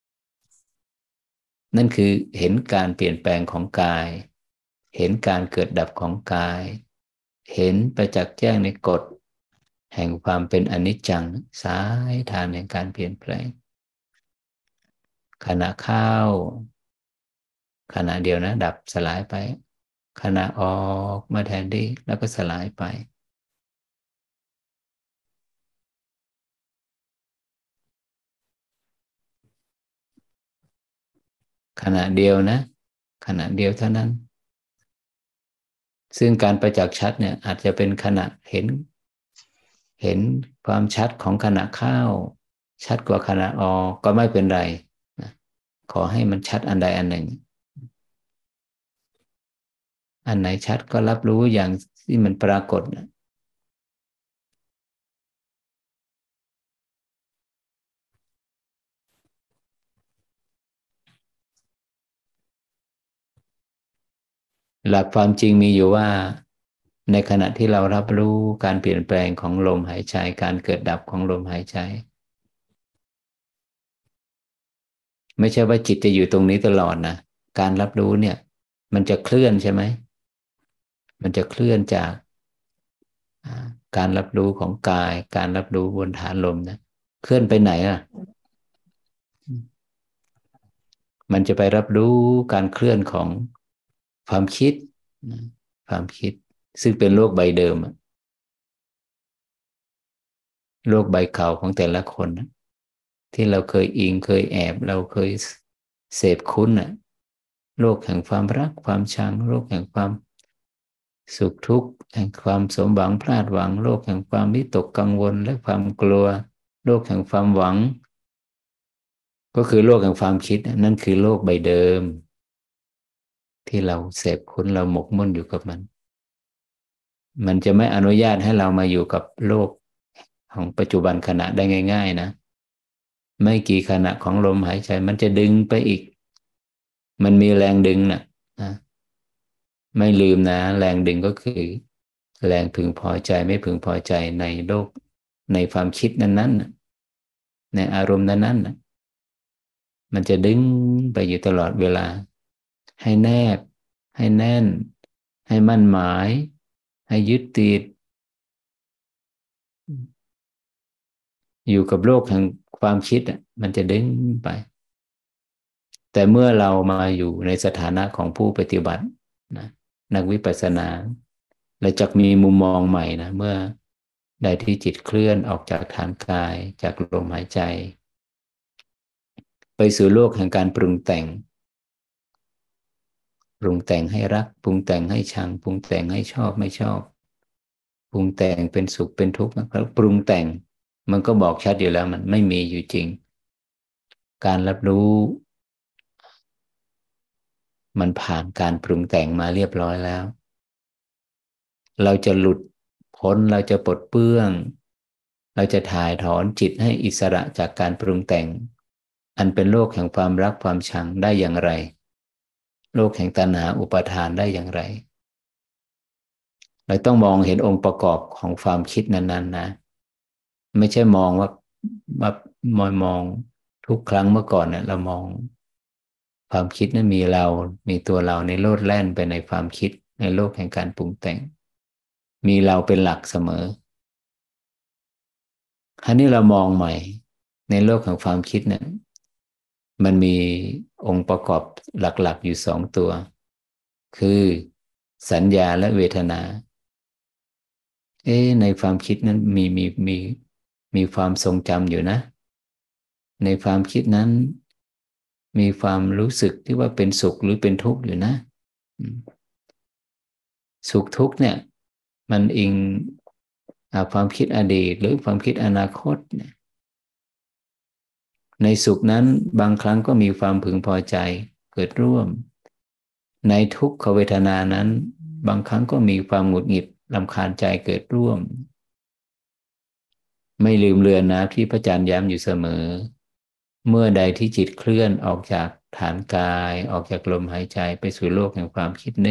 นั่นคือเห็นการเปลี่ยนแปลงของกายเห็นการเกิดดับของกายเห็นประจักษ์แจ้งในกฎแห่งความเป็นอนิจจังสายทานแห่งการเปลี่ยนแปลงขณะเข้าขณะเดียวนะดับสลายไปขณะออกมาแทนที่แล้วก็สลายไปขณะเดียวนะขณะเดียวเท่านั้นซึ่งการประจักษ์ชัดเนี่ยอาจจะเป็นขณะเห็นความชัดของขณะเข้าชัดกว่าขณะออกก็ไม่เป็นไรนะขอให้มันชัดอันใดอันหนึ่งอันไหนชัดก็รับรู้อย่างที่มันปรากฏนะหลักความจริงมีอยู่ว่าในขณะที่เรารับรู้การเปลี่ยนแปลงของลมหายใจการเกิดดับของลมหายใจไม่ใช่ว่าจิตจะอยู่ตรงนี้ตลอดนะการรับรู้เนี่ยมันจะเคลื่อนใช่ไหมมันจะเคลื่อนจากการรับรู้ของกายการรับรู้บนฐานลมนะเคลื่อนไปไหนอ่ะมันจะไปรับรู้การเคลื่อนของความคิดความคิดซึ่งเป็นโลกใบเดิมโลกใบเก่าของแต่ละคนที่เราเคยอิงเคยแอบเราเคยเสพคุ้นโลกแห่งความรักความชังโลกแห่งความสุขทุกข์แห่งความสมหวังพลาดหวังโลกแห่งความวิตกกังวลและความกลัวโลกแห่งความหวังก็คือโลกแห่งความคิดนั่นคือโลกใบเดิมที่เราเสพคุ้นเราหมกมุ่นอยู่กับมันจะไม่อนุญาตให้เรามาอยู่กับโลกของปัจจุบันขณะได้ง่ายๆนะไม่กี่ขณะของลมหายใจมันจะดึงไปอีกมันมีแรงดึงนะไม่ลืมนะแรงดึงก็คือแรงพึงพอใจไม่พึงพอใจในโลกในความคิดนั้นๆในอารมณ์นั้นๆมันจะดึงไปอยู่ตลอดเวลาให้แนบให้แน่นให้มั่นหมายให้ยึดติดอยู่กับโลกแห่งความคิดมันจะดึงไปแต่เมื่อเรามาอยู่ในสถานะของผู้ปฏิบัตินะนักวิปัสสนาเราจะมีมุมมองใหม่นะเมื่อใดที่จิตเคลื่อนออกจากฐานกายจากลมหายใจไปสู่โลกแห่งการปรุงแต่งปรุงแต่งให้รักปรุงแต่งให้ชังปรุงแต่งให้ชอบไม่ชอบปรุงแต่งเป็นสุขเป็นทุกข์นะครับปรุงแต่งมันก็บอกชัดอยู่แล้วมันไม่มีอยู่จริงการรับรู้มันผ่านการปรุงแต่งมาเรียบร้อยแล้วเราจะหลุดพ้นเราจะปลดเปลื้องเราจะถ่ายถอนจิตให้อิสระจากการปรุงแต่งอันเป็นโลกแห่งความรักความชังได้อย่างไรโลกแห่งตัณหาอุปาทานได้อย่างไรเราต้องมองเห็นองค์ประกอบของความคิดนั้นๆนะไม่ใช่มองว่ามองทุกครั้งเมื่อก่อนเนี่ยเรามองความคิดนั้นมีเรามีตัวเราในโลดแล่นไปในความคิดในโลกแห่งการปรุงแต่งมีเราเป็นหลักเสมอคราวนี้เรามองใหม่ในโลกของความคิดเนี่ยมันมีองค์ประกอบหลักๆอยู่สองตัวคือสัญญาและเวทนาในความคิดนั้นมีความทรงจำอยู่นะในความคิดนั้นมีความรู้สึกที่ว่าเป็นสุขหรือเป็นทุกข์อยู่นะสุขทุกข์เนี่ยมันอิงความคิดอดีตหรือความคิดอนาคตเนี่ยในสุขนั้นบางครั้งก็มีความพึงพอใจเกิดร่วมในทุกขเวทนานั้นบางครั้งก็มีความหงุดหงิดรำคาญใจเกิดร่วมไม่ลืมเลือนนะที่พระอาจารย์ย้ำอยู่เสมอเมื่อใดที่จิตเคลื่อนออกจากฐานกายออกจากลมหายใจไปสู่โลกแห่งความคิดนึก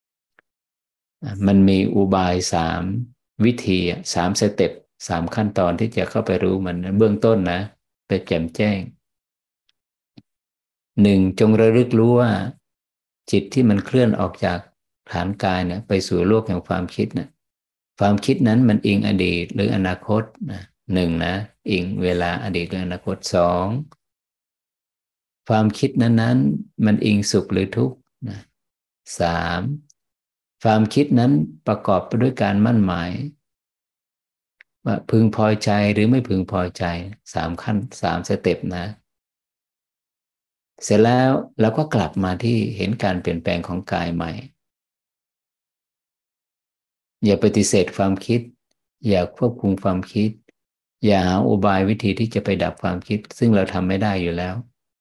มันมีอุบายวิธี3 สเต็ป3 ขั้นตอนที่จะเข้าไปรู้มันเบื้องต้นนะไปแจ่มแจ้ง1จงระลึกรู้ว่าจิตที่มันเคลื่อนออกจากฐานกายเนี่ยไปสู่โลกแห่งความคิดนะความคิดนั้นมันอิงอดีตหรืออนาคตนะ1นะอิงเวลาอดีตหรืออนาคต2ความคิดนั้นมันอิงสุขหรือทุกข์นะ3ความคิดนั้นประกอบไปด้วยการมั่นหมายว่าพึงพอใจหรือไม่พึงพอใจ3 สเต็ปนะเสร็จแล้วเราก็กลับมาที่เห็นการเปลี่ยนแปลงของกายใหม่อย่าปฏิเสธความคิดอย่าควบคุมความคิดอย่าหาอุบายวิธีที่จะไปดับความคิดซึ่งเราทำไม่ได้อยู่แล้ว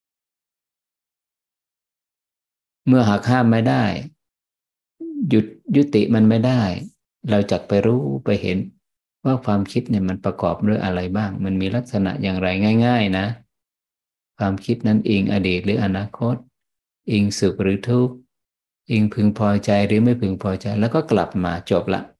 เมื่อหากห้ามไม่ได้หยุดยุติมันไม่ได้เราจะไปรู้ไปเห็นว่าความคิดเนี่ยมันประกอบด้วยอะไรบ้างมันมีลักษณะอย่างไรง่ายๆนะความคิดนั้นอิงอดีตหรืออนาคตอิงสุขหรือทุกข์อิงพึงพอใจหรือไม่พึงพอใจแล้วก็กลับมาจบละ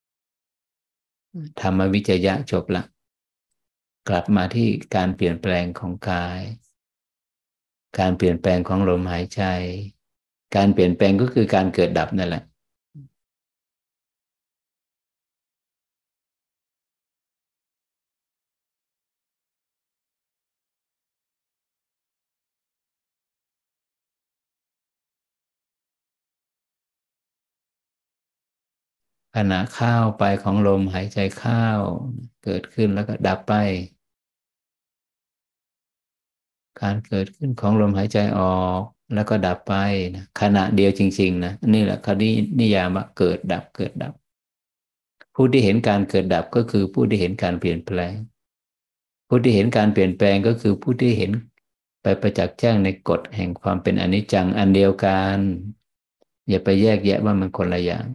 ธรรมวิจยะจบละกลับมาที่การเปลี่ยนแปลงของกายการเปลี่ยนแปลงของลมหายใจการเปลี่ยนแปลงก็คือการเกิดดับนั่นแหละขณะเข้าไปของลมหายใจเข้าเกิดขึ้นแล้วก็ดับไปการเกิดขึ้นของลมหายใจออกแล้วก็ดับไปนะขณะเดียวจริงๆนะนี่แหละเขานิยามว่าเกิดดับเกิดดับผู้ที่เห็นการเกิดดับก็คือผู้ที่เห็นการเปลี่ยนแปลงผู้ที่เห็นการเปลี่ยนแปลงก็คือผู้ที่เห็นไปประจักษ์แจ้งในกฎแห่งความเป็นอนิจจังอันเดียวกันอย่าไปแยกแยะว่ามันคนละอย่าง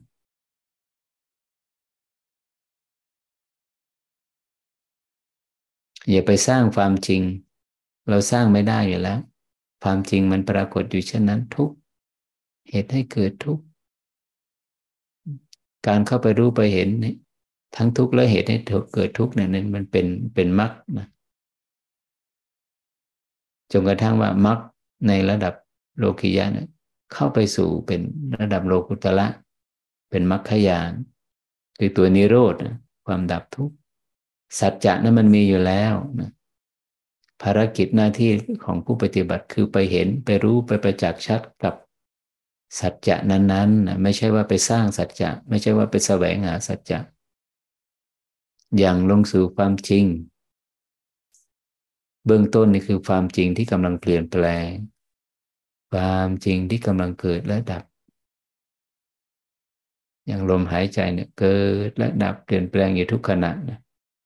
อย่าไปสร้างความจริงเราสร้างไม่ได้อยู่แล้วความจริงมันปรากฏอยู่เช่นนั้นทุกเหตุให้เกิดทุกการเข้าไปรู้ไปเห็นทั้งทุกข์และเหตุให้เกิดทุกข์เนี่ยมันเป็นมรรคนะจนกระทั่งว่ามรรคในระดับโลกิยะเนี่ยเข้าไปสู่เป็นระดับโลกุตระเป็นมรรคญาณคือตัวนิโรธนะความดับทุกข์สัจจะนั้นมันมีอยู่แล้วนะภารกิจหน้าที่ของผู้ปฏิบัติคือไปเห็นไปรู้ไปประจักษ์ชัดกับสัจจะนั้นๆนะไม่ใช่ว่าไปสร้างสัจจะไม่ใช่ว่าไปแสวงหาสัจจะอย่างลงสู่ความจริงเบื้องต้นนี่คือความจริงที่กำลังเปลี่ยนแปลงความจริงที่กำลังเกิดและดับอย่างลมหายใจเนี่ยเกิดและดับเปลี่ยนแปลงอยู่ทุกขณะนะ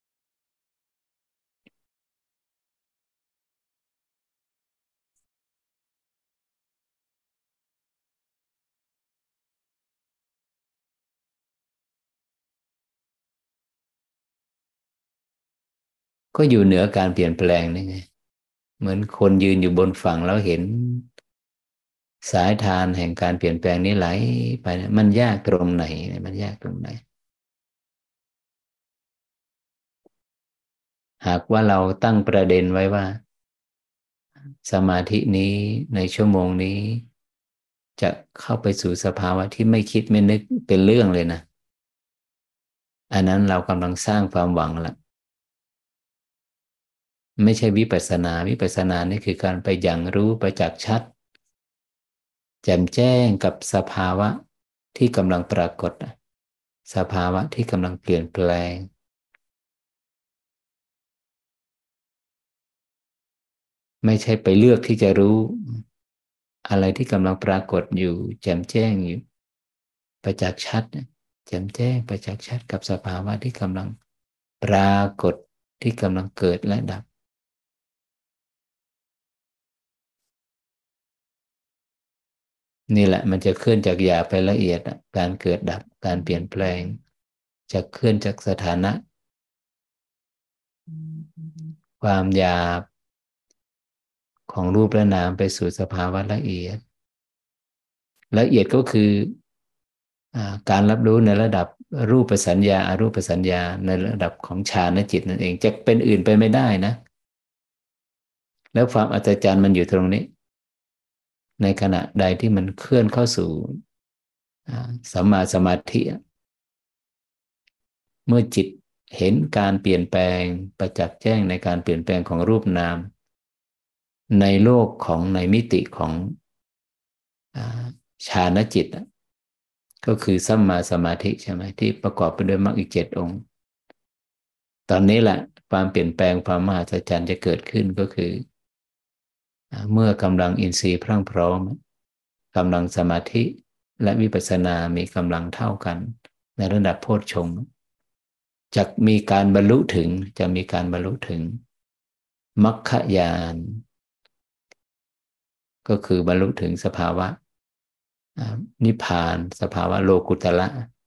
ก็อยู่เหนือการเปลี่ยนแปลงนี่ไงเหมือนคนยืนอยู่บนฝั่งแล้วเห็นสายทานแห่งการเปลี่ยนแปลงนี้ไหลไปนะมันยากตรงไหนมันยากตรงไหนหากว่าเราตั้งประเด็นไว้ว่าสมาธินี้ในชั่วโมงนี้จะเข้าไปสู่สภาวะที่ไม่คิดไม่นึกเป็นเรื่องเลยนะอันนั้นเรากำลังสร้างความหวังละไม่ใช่วิปัสสนาวิปัสสนานี่คือการไปอย่างรู้ประจักษ์ชัดแจ่มแจ้งกับสภาวะที่กำลังปรากฏสภาวะที่กำลังเปลี่ยนแปลงไม่ใช่ไปเลือกที่จะรู้อะไรที่กำลังปรากฏอยู่แจ่มแจ้งอยู่ประจักษ์ชัดแจ่มแจ้งประจักษ์ชัดกับสภาวะที่กำลังปรากฏที่กำลังเกิดและดับนี่แหละมันจะเคลื่อนจากหยาบไปละเอียดการเกิดดับการเปลี่ยนแปลงจะเคลื่อนจากสถานะความหยาบของรูปและนามไปสู่สภาวะละเอียดละเอียดก็คือการรับรู้ในระดับรูปสัญญาอรูปสัญญาในระดับของฌานจิตนั่นเองจะเป็นอื่นไปไม่ได้นะแล้วความอัศจรรย์มันอยู่ตรงนี้ในขณะใดที่มันเคลื่อนเข้าสู่สัมมาสมาธิเมื่อจิตเห็นการเปลี่ยนแปลงประจักษ์แจ้งในการเปลี่ยนแปลงของรูปนามในโลกของในมิติของฌานจิตก็คือสัมมาสมาธิใช่ไหมที่ประกอบไปด้วยมรรคอีก7 องค์ตอนนี้แหละความเปลี่ยนแปลงความมหัศจรรย์จะเกิดขึ้นก็คือเมื่อกำลังอินทรีย์พรั่งพร้อมกำลังสมาธิและวิปัสสนามีกำลังเท่ากันในระดับโพชฌงค์จะมีการบรรลุถึงจะมีการบรรลุถึงมรรคญาณก็คือบรรลุถึงสภาวะนิพพานสภาวะโลกุตละ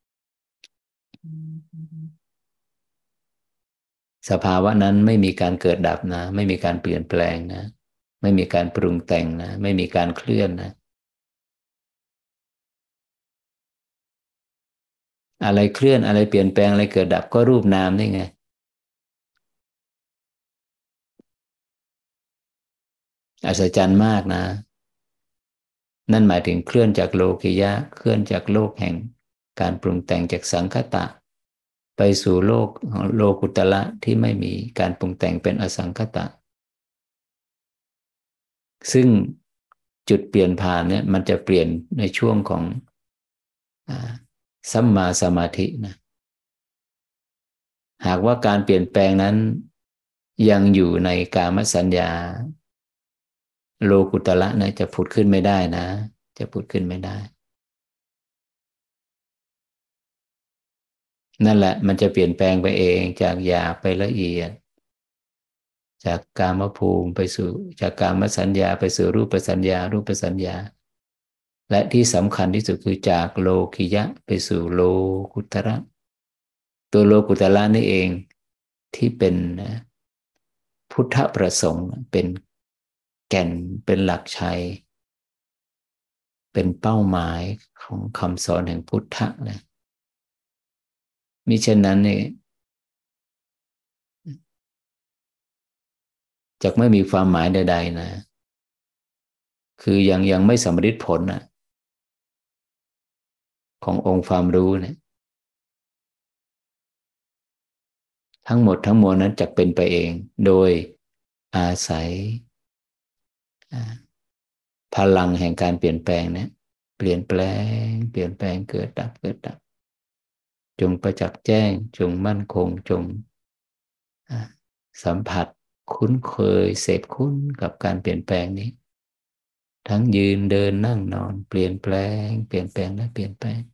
สภาวะนั้นไม่มีการเกิดดับนะไม่มีการเปลี่ยนแปลงนะไม่มีการปรุงแต่งนะไม่มีการเคลื่อนนะอะไรเคลื่อนอะไรเปลี่ยนแปลงอะไรเกิดดับก็รูปนามนี่ไงอัศจรรย์มากนะนั่นหมายถึงเคลื่อนจากโลกิยะเคลื่อนจากโลกแห่งการปรุงแต่งจากสังคตะไปสู่โลกโลกุตละที่ไม่มีการปรุงแต่งเป็นอสังคตะซึ่งจุดเปลี่ยนผ่านเนี่ยมันจะเปลี่ยนในช่วงของสัมมาสมาธินะหากว่าการเปลี่ยนแปลงนั้นยังอยู่ในกามสัญญาโลกุตละนะจะผุดขึ้นไม่ได้นะจะผุดขึ้นไม่ได้นั่นแหละมันจะเปลี่ยนแปลงไปเองจากหยาบไปละเอียดจากกามภูมิไปสู่จากกามสัญญาไปสู่รูปสัญญารูปสัญญาและที่สำคัญที่สุดคือจากโลกิยะไปสู่โลกุตระตัวโลกุตระนี่เองที่เป็นพุทธประสงค์เป็นแก่นเป็นหลักชัยเป็นเป้าหมายของคำสอนแห่งพุทธะนะมิเช่นนั้นเนี่ยจะไม่มีความหมายใดๆนะคือยังไม่สำเร็จผลนะขององค์ความรู้เนี่ยทั้งหมดทั้งมวลนั้นจะเป็นไปเองโดยอาศัยพลังแห่งการเปลี่ยนแปลงเนี่ยเปลี่ยนแปลงเปลี่ยนแปลงเกิดดับเกิดดับจงประจักษ์แจ้งจงมั่นคงจงสัมผัสคุ้นเคยเสพคุ้นกับการเปลี่ยนแปลงนี้ทั้งยืนเดินนั่งนอนเปลี่ยนแปลงเปลี่ยนแปลงและเปลี่ยนแปลง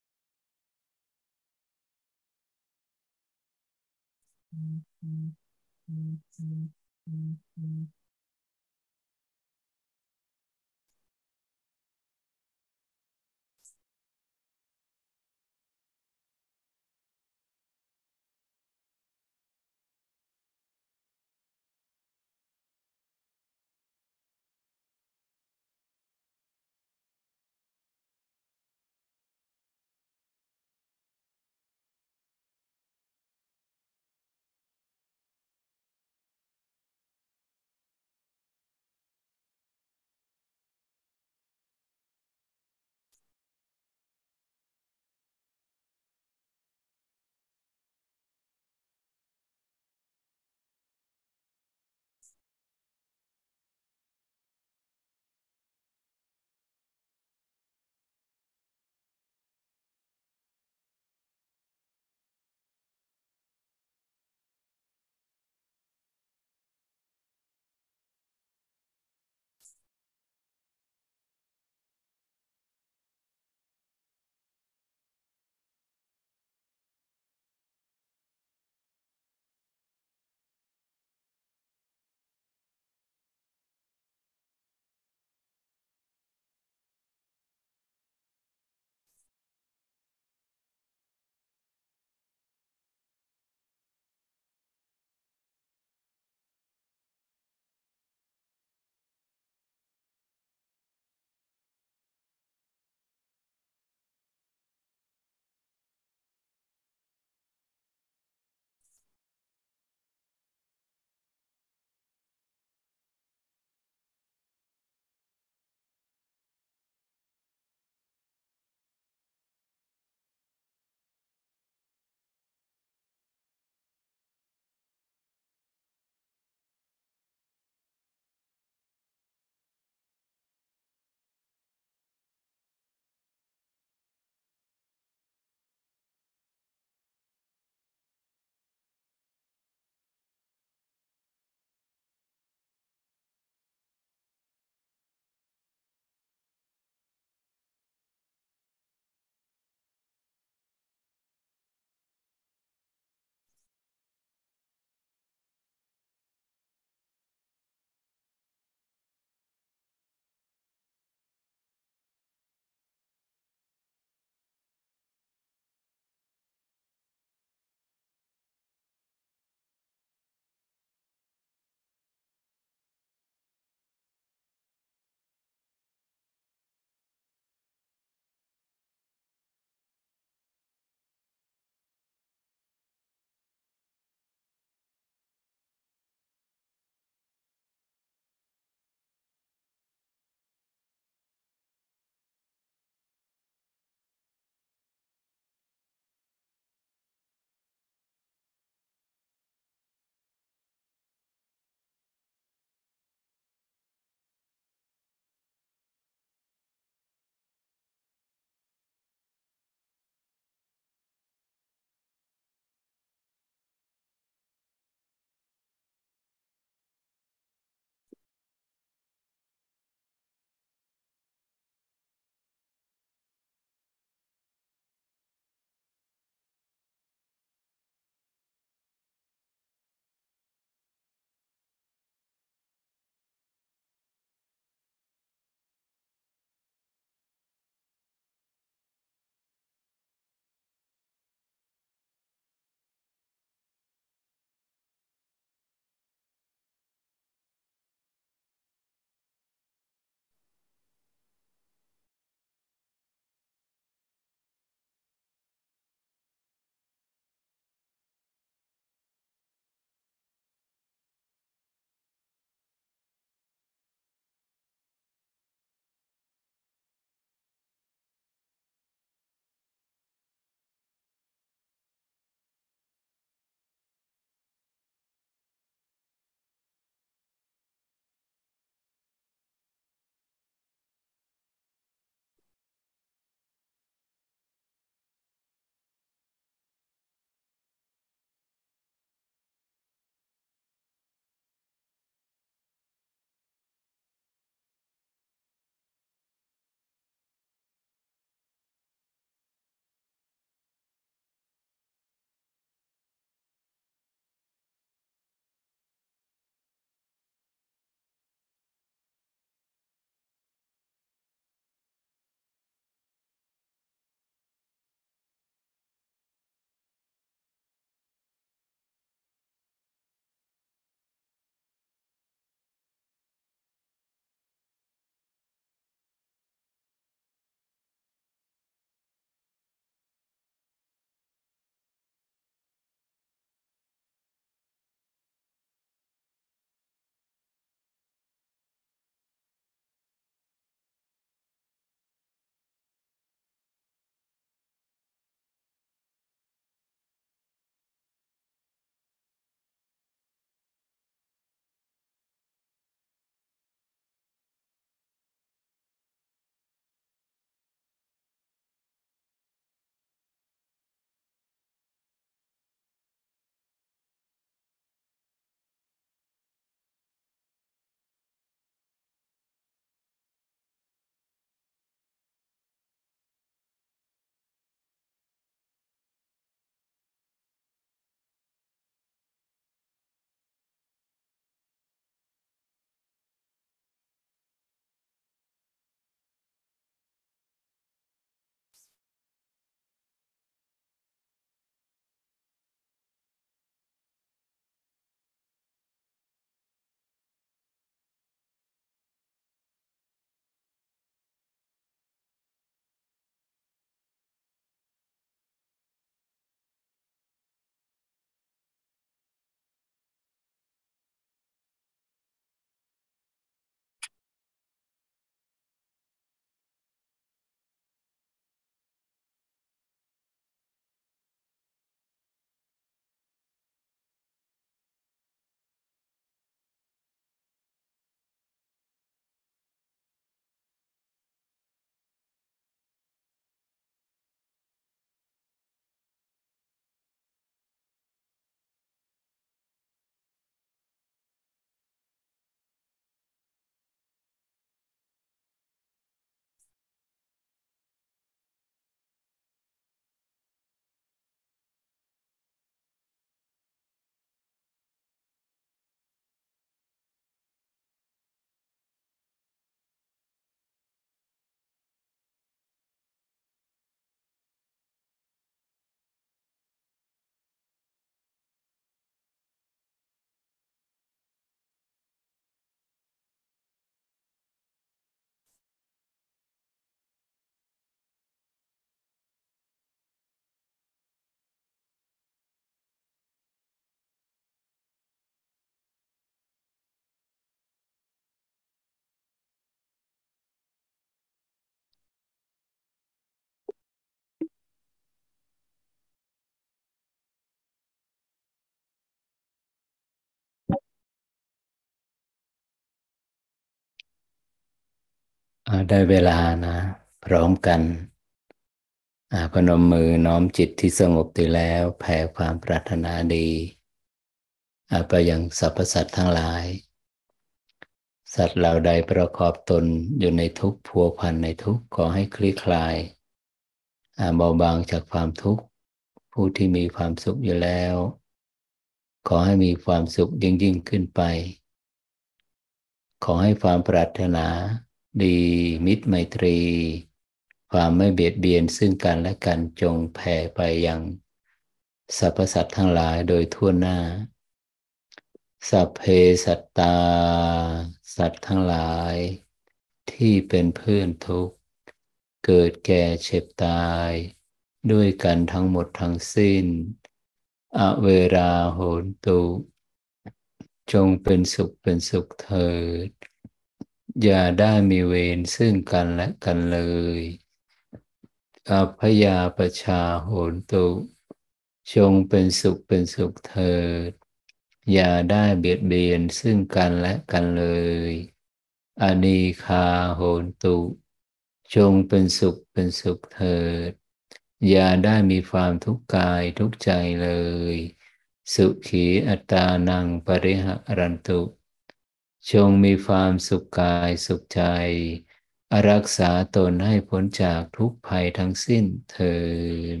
ได้เวลานะพร้อมกันพนมมือน้อมจิตที่สงบดีแล้วแผ่ความปรารถนาดีไปยังสรรพสัตว์ทั้งหลายสัตว์เหล่าใดประกอบตนอยู่ในทุกข์พัวพันในทุกข์ขอให้คลี่คลายเบาบางจากความทุกข์ผู้ที่มีความสุขอยู่แล้วขอให้มีความสุขยิ่งขึ้นไปขอให้ความปรารถนาดีมิตรไมตรีความไม่เบียดเบียนซึ่งกันและกันจงแผ่ไปยังสรรพสัตว์ทั้งหลายโดยทั่วหน้าสัพเพสัตตาสัตว์ทั้งหลายที่เป็นเพื่อนทุกข์เกิดแก่เจ็บตายด้วยกันทั้งหมดทั้งสิ้นอเวราโหนตุจงเป็นสุขเป็นสุขเถิดอย่าได้มีเวรซึ่งกันและกันเลยอัพยาปชาโหนตุจงเป็นสุขเป็นสุขเถิดอย่าได้เบียดเบียนซึ่งกันและกันเลยอนีคาโหนตุจงเป็นสุขเป็นสุขเถิดอย่าได้มีความทุกข์กายทุกข์ใจเลยสุขีอัตานังปริหะรันตุจงมีความสุขกายสุขใจรักษาตนให้พ้นจากทุกภัยทั้งสิ้นเถิด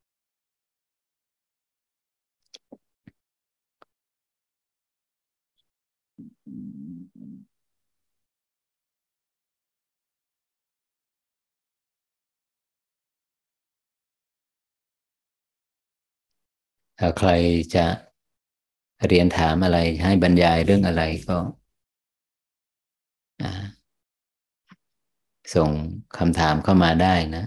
ถ้าใครจะเรียนถามอะไรให้บรรยายเรื่องอะไรก็ส่งคำถามเข้ามาได้นะ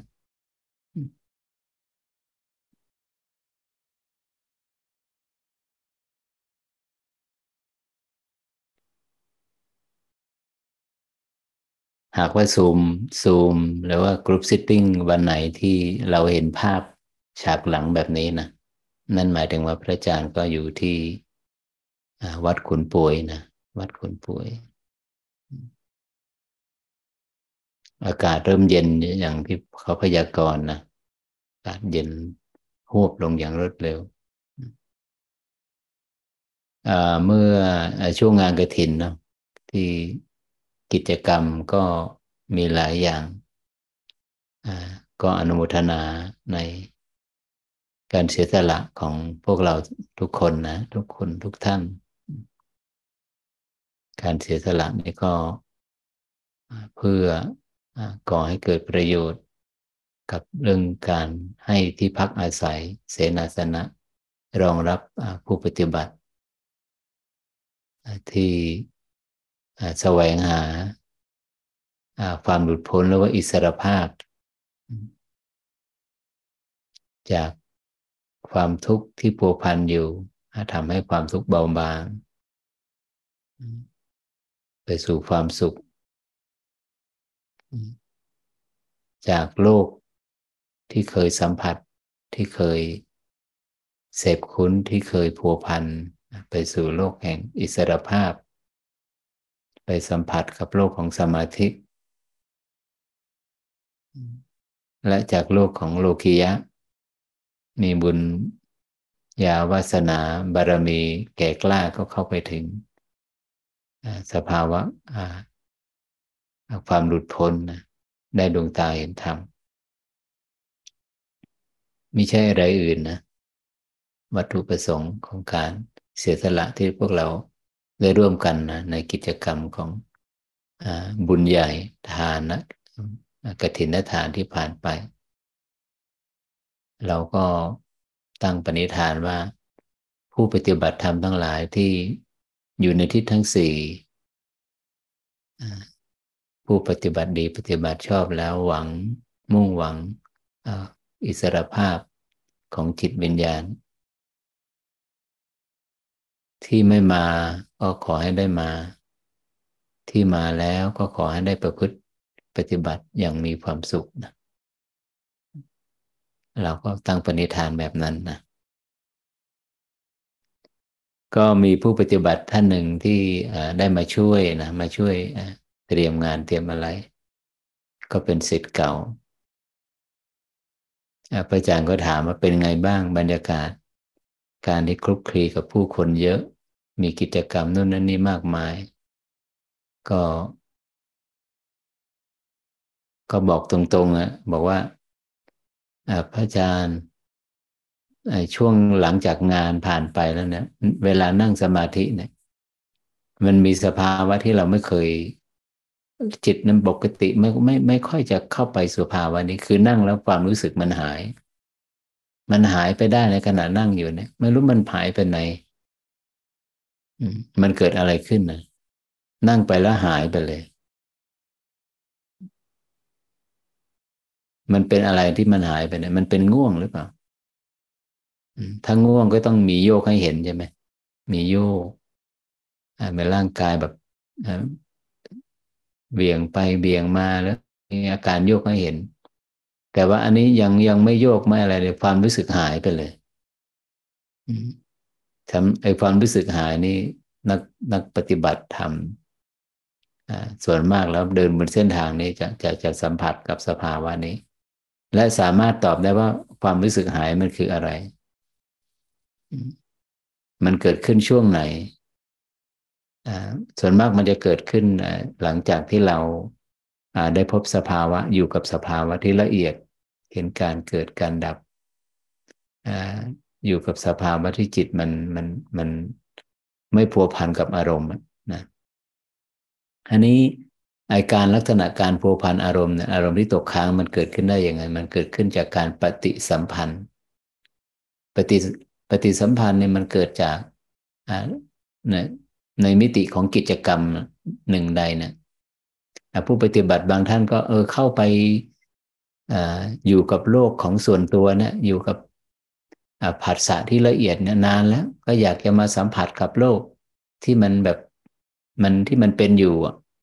หากว่าซูมหรือว่ากรุ๊ปซิตติ้งวันไหนที่เราเห็นภาพฉากหลังแบบนี้นะนั่นหมายถึงว่าพระอาจารย์ก็อยู่ที่วัดขุนป่วยนะวัดขุนป่วยอากาศเริ่มเย็นอย่างที่เขาพยากรณ์นะอากาศเย็นหวบลงอย่างรวดเร็วเมื่อช่วงงานกฐินเนาะที่กิจกรรมก็มีหลายอย่างก็อนุโมทนาในการเสียสละของพวกเราทุกคนนะทุกคนทุกท่านการเสียสละนี่ก็เพื่อก่อให้เกิดประโยชน์กับเรื่องการให้ที่พักอาศัยเสนาสนะรองรับผู้ปฏิบัติที่แสวงหาความหลุดพ้นหรือว่าอิสรภาพจากความทุกข์ที่พัวพันอยู่ทำให้ความทุกข์เบาบางไปสู่ความสุขจากโลกที่เคยสัมผัสที่เคยเสพคุ้นที่เคยพัวพันไปสู่โลกแห่งอิสรภาพไปสัมผัสกับโลกของสมาธิและจากโลกของโลกียะมีบุญญาวาสนาบารมีแก่กล้าก็เข้าไปถึงสภาวะความหลุดพ้นนะได้ดวงตาเห็นธรรมไม่ใช่อะไรอื่นนะวัตถุประสงค์ของการเสียสละที่พวกเราได้ร่วมกันนะในกิจกรรมของบุญใหญ่ทานนะกฐินทานที่ผ่านไปเราก็ตั้งปณิธานว่าผู้ปฏิบัติธรรมทั้งหลายที่อยู่ในทิศทั้งสี่ผู้ปฏิบัติดีปฏิบัติชอบแล้วหวังมุ่งหวังอิสรภาพของจิตวิญญาณที่ไม่มาก็ขอให้ได้มาที่มาแล้วก็ขอให้ได้ประพฤติปฏิบัติอย่างมีความสุขนะเราก็ตั้งปณิธานแบบนั้นนะก็มีผู้ปฏิบัติท่านหนึ่งที่ได้มาช่วยนะมาช่วยเตรียมงานเตรียมอะไรก็เป็นศิษย์เก่าพระอาจารย์ก็ถามว่าเป็นไงบ้างบรรยากาศการที่คลุกคลีกับผู้คนเยอะมีกิจกรรมนู่นนั่นนี่มากมายก็ก็บอกตรงๆบอกว่าพระอาจารย์ช่วงหลังจากงานผ่านไปแล้วเนี่ยเวลานั่งสมาธิเนี่ยมันมีสภาวะที่เราไม่เคยจิตนั้นปกติไม่ค่อยจะเข้าไปสู่ภาวะนี้คือนั่งแล้วความรู้สึกมันหายไปได้ในขณะนั่งอยู่เนี่ยไม่รู้มันหายไปไหนมันเกิดอะไรขึ้นนะนั่งไปแล้วหายไปเลยมันเป็นอะไรที่มันหายไปเนี่ยมันเป็นง่วงหรือเปล่าถ้าง่วงก็ต้องมีโยกให้เห็นใช่ไหมมีโยกเป็นร่างกายแบบอ่าเบี่ยงไปเบี่ยงมาแล้วมีอาการโยกให้เห็นแต่ว่าอันนี้ยังไม่โยกไม่อะไรเลยความรู้สึกหายไปเลยอืมไอ้ความรู้สึกหายนี่นักนักปฏิบัติธรรมส่วนมากแล้วเดินบนเส้นทางนี้จะสัมผัสกับสภาวะนี้และสามารถตอบได้ว่าความรู้สึกหายมันคืออะไรมันเกิดขึ้นช่วงไหนส่วนมากมันจะเกิดขึ้นหลังจากที่เราได้พบสภาวะอยู่กับสภาวะที่ละเอียดเห็นการเกิดการดับอยู่กับสภาวะที่จิตมันไม่พัวพันกับอารมณ์นะอันนี้ไอการลักษณะการพัวพันอารมณ์เนี่ยอารมณ์ที่ตกค้างมันเกิดขึ้นได้ยังไงมันเกิดขึ้นจากการปฏิสัมพันธ์ปฏิปฏิสัมพันธ์เนี่ยมันเกิดจากในในมิติของกิจกรรมหนึ่งใดเนี่ยผู้ปฏิบัติบางท่านก็เข้าไปอยู่กับโลกของส่วนตัวเนี่ยอยู่กับผัสสะที่ละเอียดเนี่ยนานแล้วก็อยากจะมาสัมผัสกับโลกที่มันแบบที่มันเป็นอยู่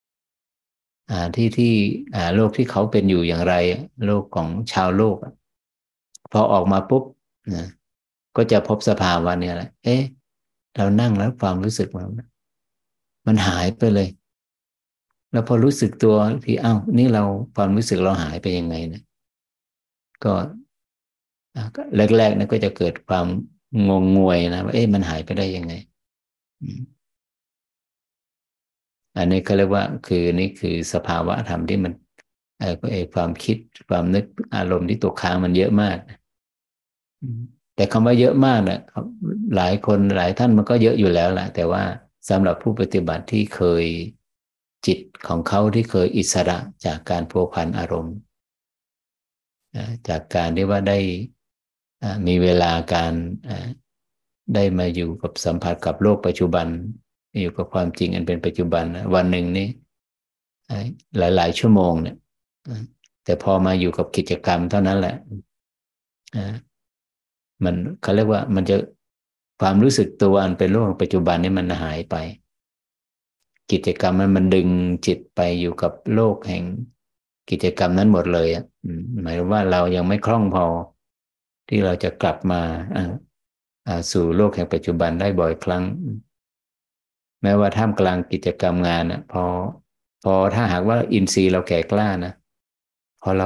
ที่โลกที่เขาเป็นอยู่อย่างไรโลกของชาวโลกพอออกมาปุ๊บนะก็จะพบสภาวะเนี่ยแหละเรานั่งแล้วความรู้สึกมันหายไปเลยแล้วพอรู้สึกตัวที่นี่เราความรู้สึกเราหายไปยังไงนะก็แรกๆนะก็จะเกิดความงงงวยนะว่ามันหายไปได้ยังไงอันนี้ก็เรียกว่านี่คือสภาวะธรรมที่มันความคิดความนึกอารมณ์ที่ตกค้างมันเยอะมากแต่คำว่าเยอะมากเนี่ยหลายคนหลายท่านมันก็เยอะอยู่แล้วแหละแต่ว่าสำหรับผู้ปฏิบัติที่เคยจิตของเขาที่เคยอิสระจากการพัวพันอารมณ์จากการที่ว่าได้มีเวลาการได้มาอยู่กับสัมผัสกับโลกปัจจุบันอยู่กับความจริงอันเป็นปัจจุบันวันหนึ่งนี่หลายๆชั่วโมงเนี่ยแต่พอมาอยู่กับกิจกรรมเท่านั้นแหละมันเขาเรียกว่ามันจะความรู้สึกตัวอันเป็นโลกปัจจุบันนี่มันหายไปกิจกรรมมันดึงจิตไปอยู่กับโลกแห่งกิจกรรมนั้นหมดเลยหมายว่าเรายังไม่คล่องพอที่เราจะกลับมาสู่โลกแห่งปัจจุบันได้บ่อยครั้งแม้ว่าท่ามกลางกิจกรรมงานพอถ้าหากว่าอินทรีย์เราแก่กล้านะพอเรา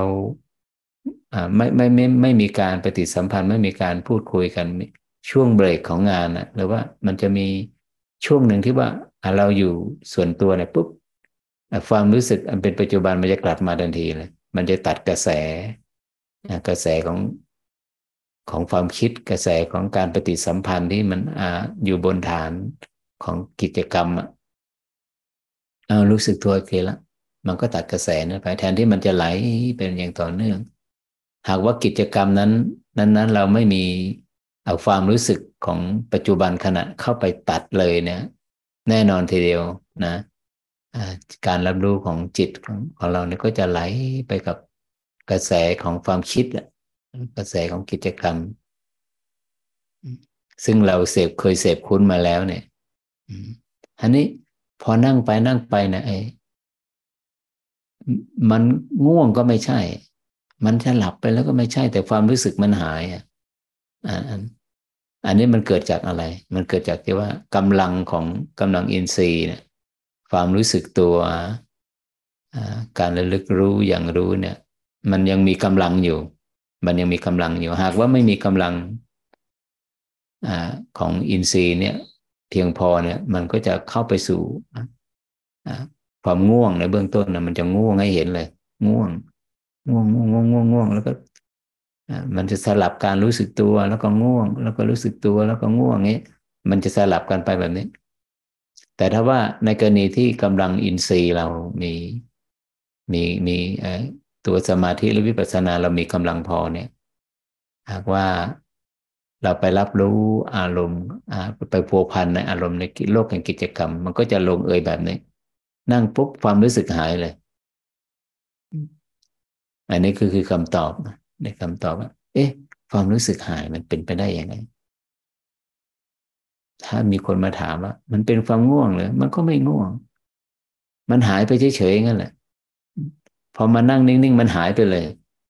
ไม่มีการปฏิสัมพันธ์ไม่มีการพูดคุยกันช่วงเบรกของงานหรือว่ามันจะมีช่วงหนึ่งที่ว่าเราอยู่ส่วนตัวเนี่ยปุ๊บความรู้สึกอันเป็นปัจจุบันมันจะกลับมาทันทีเลยมันจะตัดกระแสของความคิดกระแสของการปฏิสัมพันธ์ที่มันอยู่บนฐานของกิจกรรมรู้สึกตัวโอเคแล้วมันก็ตัดกระแสนั้นไปแทนที่มันจะไหลเป็นอย่างต่อเนื่องหากว่ากิจกรรมนั้นเราไม่มีเอาความรู้สึกของปัจจุบันขณะเข้าไปตัดเลยเนี่ยแน่นอนทีเดียวนะการรับรู้ของจิตของเราเนี่ยก็จะไหลไปกับกระแสของความคิดกระแสของกิจกรรมซึ่งเราเคยเสพคุ้นมาแล้วเนี่ยอันนี้พอนั่งไปนะมันง่วงก็ไม่ใช่มันจะหลับไปแล้วก็ไม่ใช่แต่ความรู้สึกมันหายอ่าอันนี้มันเกิดจากอะไรมันเกิดจากที่ว่ากำลังอินทรีย์เนี่ยความรู้สึกตัวการระลึกรู้อย่างรู้เนี่ยมันยังมีกำลังอยู่มันยังมีกำลังอยู่หากว่าไม่มีกำลังของอินทรีย์เนี่ยเพียงพอเนี่ยมันก็จะเข้าไปสู่อ่าความง่วงในเบื้องต้นนะมันจะง่วงให้เห็นเลยง่วงง่วงแล้วก็มันจะสลับการรู้สึกตัวแล้วก็ง่วงแล้วก็รู้สึกตัวแล้วก็ง่วงงี้มันจะสลับกันไปแบบนี้แต่ถ้าว่าในกรณีที่กำลังอินทรีย์เรามีมีตัวสมาธิหรือวิปัสสนาเรามีกำลังพอเนี่ยหากว่าเราไปรับรู้อารมณ์ไปพัวพันในอารมณ์ในโลกแห่งกิจกรรมมันก็จะลงเอยแบบนี้นั่งปุ๊บความรู้สึกหายเลยอันนี้คือคำตอบในคำตอบว่าเอ๊ะความรู้สึกหายมันเป็นไปได้ยังไงถ้ามีคนมาถามว่ามันเป็นความง่วงหรือมันก็ไม่ง่วงมันหายไปเฉยๆงั้นแหละพอมานั่งนิ่งๆมันหายไปเลย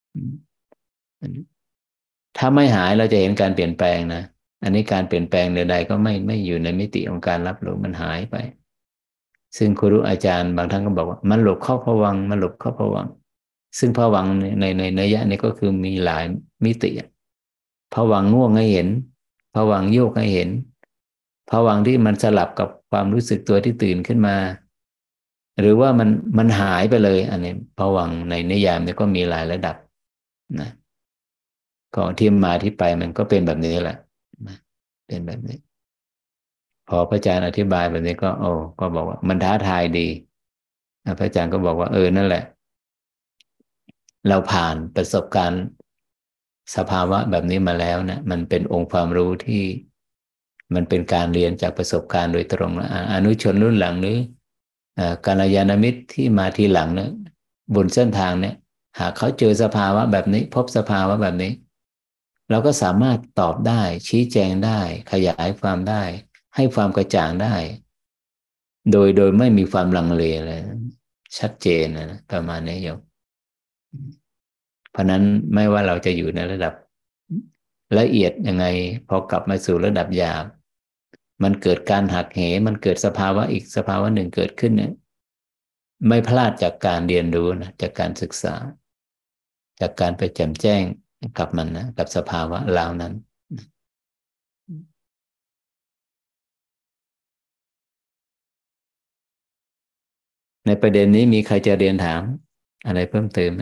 ถ้าไม่หายเราจะเห็นการเปลี่ยนแปลงนะอันนี้การเปลี่ยนแปลงใดๆก็ไม่อยู่ในมิติของการรับรู้มันหายไปซึ่งครูอาจารย์บางท่านก็บอกว่ามันหลบเข้าภวังค์มันหลบเข้าภวังค์ซึ่งภวังค์ในนัยยะนี้ก็คือมีหลายมิติภวังค์ง่วงให้เห็นภวังค์โยกให้เห็นภวังค์ที่มันสลับกับความรู้สึกตัวที่ตื่นขึ้นมาหรือว่ามันหายไปเลยอันนี้ภวังค์ในนิยามนี้ก็มีหลายระดับนะก็ที่มาที่ไปมันก็เป็นแบบนี้แหละนะเป็นแบบนี้พอพระอาจารย์อธิบายแบบนี้ก็ก็บอกว่ามันท้าทายดีพระอาจารย์ก็บอกว่านั่นแหละเราผ่านประสบการณ์สภาวะแบบนี้มาแล้วนะมันเป็นองค์ความรู้ที่มันเป็นการเรียนจากประสบการณ์โดยตรงนะอนุชนรุ่นหลังหรือกัลยาณมิตรที่มาทีหลังเนี่ยบนเส้นทางเนี่ยหากเขาเจอสภาวะแบบนี้พบสภาวะแบบนี้เราก็สามารถตอบได้ชี้แจงได้ขยายความได้ให้ความกระจ่างได้โดยไม่มีความลังเลเลยชัดเจนนะประมาณนี้โยมเพราะนั้นไม่ว่าเราจะอยู่ในระดับละเอียดยังไงพอกลับมาสู่ระดับหยาบมันเกิดการหักเหมันเกิดสภาวะอีกสภาวะหนึ่งเกิดขึ้นเนี่ยไม่พลาดจากการเรียนรู้นะจากการศึกษาจากการไปแจ่มแจ้งกับมันนะกับสภาวะเหล่านั้นในประเด็นนี้มีใครจะเรียนถามอะไรเพิ่มเติมไหม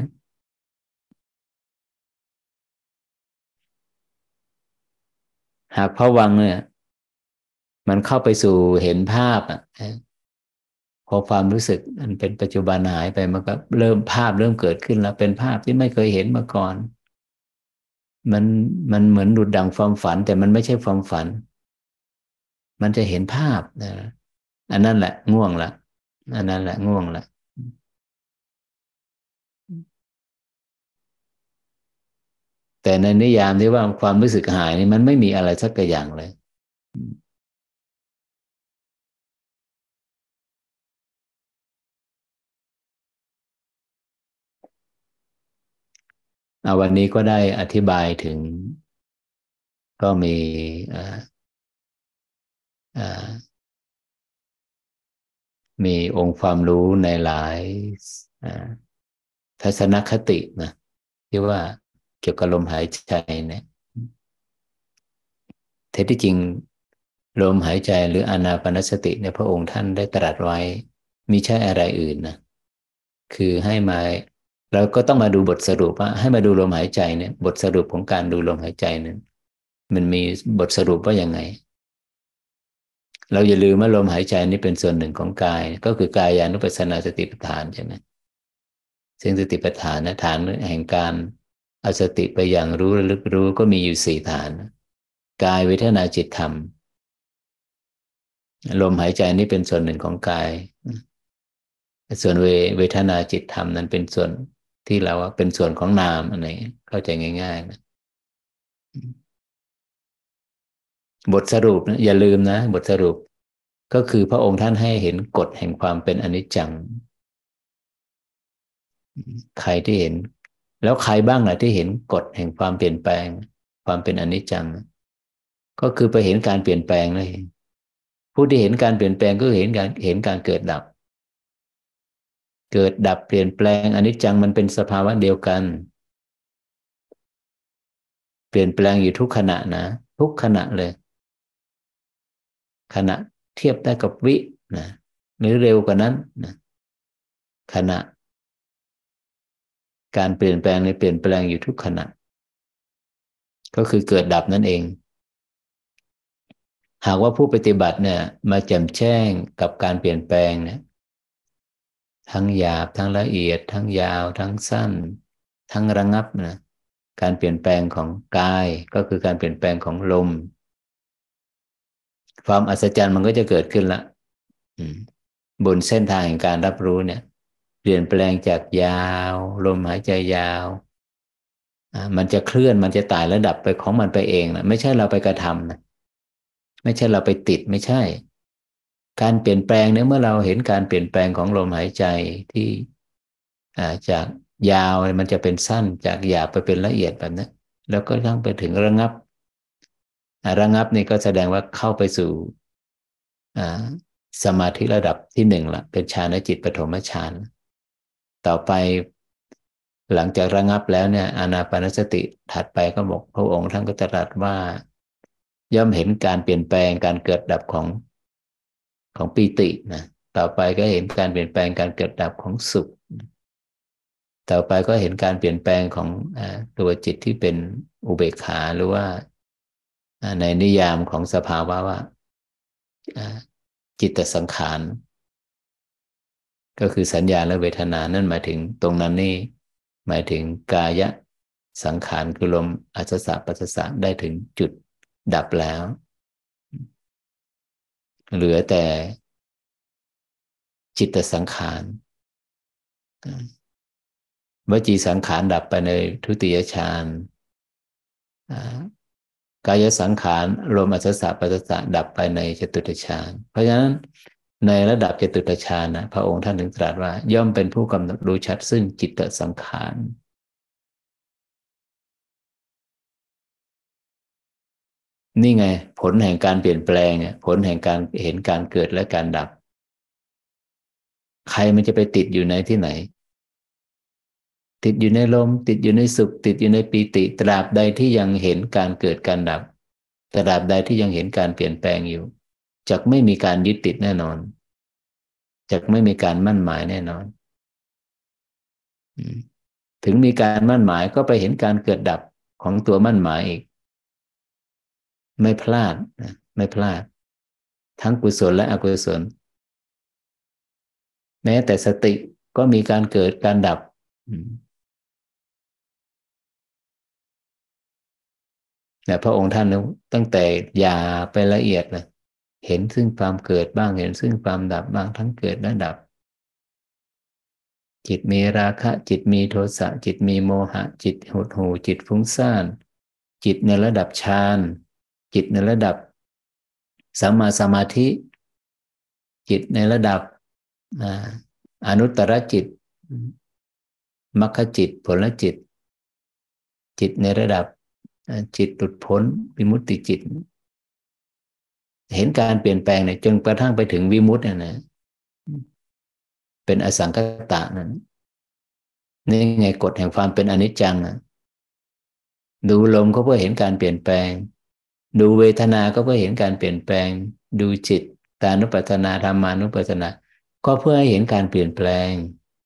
หากภวังค์เนี่ยมันเข้าไปสู่เห็นภาพพอความรู้สึกมันเป็นปัจจุบันหายไปมันก็เริ่มภาพเริ่มเกิดขึ้นแล้วเป็นภาพที่ไม่เคยเห็นมาก่อนมันมันเหมือนดุจดั่งความฝันแต่มันไม่ใช่ความฝันมันจะเห็นภาพนะอันนั้นแหละง่วงละอันนั้นแหละง่วงละแต่ในนิยามที่ว่าความรู้สึกหายนี่มันไม่มีอะไรสักอย่างเลยวันนี้ก็ได้อธิบายถึงก็มีอ่าอ่ามีองค์ความรู้ในหลายอ่าทัศนคตินะที่ว่าเกี่ยวกับลมหายใจเนี่ยแท้ที่จริงลมหายใจหรืออานาปานสติเนี่ยพระองค์ท่านได้ตรัสไว้มิใช่อะไรอื่นนะคือให้มาเราก็ต้องมาดูบทสรุปว่าให้มาดูลมหายใจเนี่ยบทสรุปของการดูลมหายใจนั้นมันมีบทสรุปว่ายังไงเราอย่าลืมว่าลมหายใจนี่เป็นส่วนหนึ่งของกายก็คือกายานุปัสสนาสติปัฏฐานใช่ไหมซึ่งสติปัฏฐานนะฐานแห่งการเอาสติไปอย่างรู้ระลึกรู้ก็มีอยู่สี่ฐานกายเวทนาจิตธรรมลมหายใจนี่เป็นส่วนหนึ่งของกายส่วนเวทนาจิตธรรมนั้นเป็นส่วนที่เราว่าเป็นส่วนของนามอะไรเข้าใจง่ายๆนะบทสรุปนะอย่าลืมนะบทสรุปก็คือพระองค์ท่านให้เห็นกฎแห่งความเป็นอนิจจังใครที่เห็นแล้วใครบ้างล่ะที่เห็นกฎแห่งความเปลี่ยนแปลงความเป็นอนิจจังก็คือไปเห็นการเปลี่ยนแปลงเลยผู้ที่เห็นการเปลี่ยนแปลงก็เห็นการเกิดดับเกิดดับเปลี่ยนแปลงอนิจจังมันเป็นสภาวะเดียวกันเปลี่ยนแปลงอยู่ทุกขณะนะทุกขณะเลยขณะเทียบได้กับวินะหรือเร็วกว่านั้นนะขณะการเปลี่ยนแปลงในเปลี่ยนแปลงอยู่ทุกขณะก็คือเกิดดับนั่นเองหากว่าผู้ปฏิบัติเนี่ยมาแจ่มแจ้งกับการเปลี่ยนแปลงเนี่ยทั้งหยาบทั้งละเอียดทั้งยาวทั้งสั้นทั้งระงับนะการเปลี่ยนแปลงของกายก็คือการเปลี่ยนแปลงของลมความอัศจรรย์มันก็จะเกิดขึ้นละบนเส้นทางแห่งการรับรู้เนี่ยเปลี่ยนแปลงจากยาวลมหายใจยาวมันจะเคลื่อนมันจะไต่ระดับไปของมันไปเองนะไม่ใช่เราไปกระทำนะไม่ใช่เราไปติดไม่ใช่การเปลี่ยนแปลงเนี่ยเมื่อเราเห็นการเปลี่ยนแปลงของลมหายใจที่จากยาวมันจะเป็นสั้นจากหยาบไปเป็นละเอียดแบบนั้นแล้วก็ทั้งไปถึงระงับระงับนี่ก็แสดงว่าเข้าไปสู่สมาธิระดับที่หนึ่งละเป็นฌานจิตปฐมฌานต่อไปหลังจากระงับแล้วเนี่ยอานาปานสติถัดไปก็บอกพระองค์ท่านก็ตรัสว่าย่อมเห็นการเปลี่ยนแปลงการเกิดดับของปีตินะต่อไปก็เห็นการเปลี่ยนแปลงการเกิดดับของสุขต่อไปก็เห็นการเปลี่ยนแปลงของตัวจิตที่เป็นอุเบกขาหรือว่าในนิยามของสภาวะว่าจิตสังขารก็คือสัญญาและเวทนานั่นหมายถึงตรงนั้นนี่หมายถึงกายะสังขารคือลมอัศสะปัสสะได้ถึงจุดดับแล้วเหลือแต่จิตสังขารวจีสังขารดับไปในทุติยฌานกายสังขารลมอัศสะปัสสะดับไปในจตุตฌานเพราะฉะนั้นในระดับจตุตฌานนะพระองค์ท่านถึงตรัสว่าย่อมเป็นผู้กำหนดรู้ชัดซึ่งจิตสังขารนี่ไงผลแห่งการเปลี่ยนแปลงผลแห่งการเห็นการเกิดและการดับใครมันจะไปติดอยู่ในที่ไหนติดอยู่ในลมติดอยู่ในสุขติดอยู่ในปีติตราบใดที่ยังเห็นการเกิดการดับตราบใดที่ยังเห็นการเปลี่ยนแปลงอยู่จะไม่มีการยึดติดแน่นอนจะไม่มีการมั่นหมายแน่นอนถึงมีการมั่นหมายก็ไปเห็นการเกิดดับของตัวมั่นหมายอีกไม่พลาดไม่พลาดทั้งกุศลและอกุศลแม้แต่สติก็มีการเกิดการดับแต่พระองค์ท่านตั้งแต่หยาไปละเอียดเลยเห็นซึ่งความเกิดบ้างเห็นซึ่งความดับบ้างทั้งเกิดและดับจิตมีราคะจิตมีโทสะจิตมีโมหะจิตหดหู่จิตฟุ้งซ่านจิตในระดับฌานจิตในระดับสัมมาสมาธิจิตในระดับอนุตตรจิตมรรคจิตผลจิตจิตในระดับจิตหลุดพ้นวิมุตติจิตเห็นการเปลี่ยนแปลงเนี่ยจนกระทั่งไปถึงวิมุตตินะเป็นอสังคตะนั้นนี่ไงกฎแห่งความเป็นอนิจจังดูลมก็เพื่อเห็นการเปลี่ยนแปลงดูเวทนาก็เพื่อเห็นการเปลี่ยนแปลงดูจิตตานุปัสสนาธรรมานุปัสสนาก็เพื่อให้เห็นการเปลี่ยนแปลง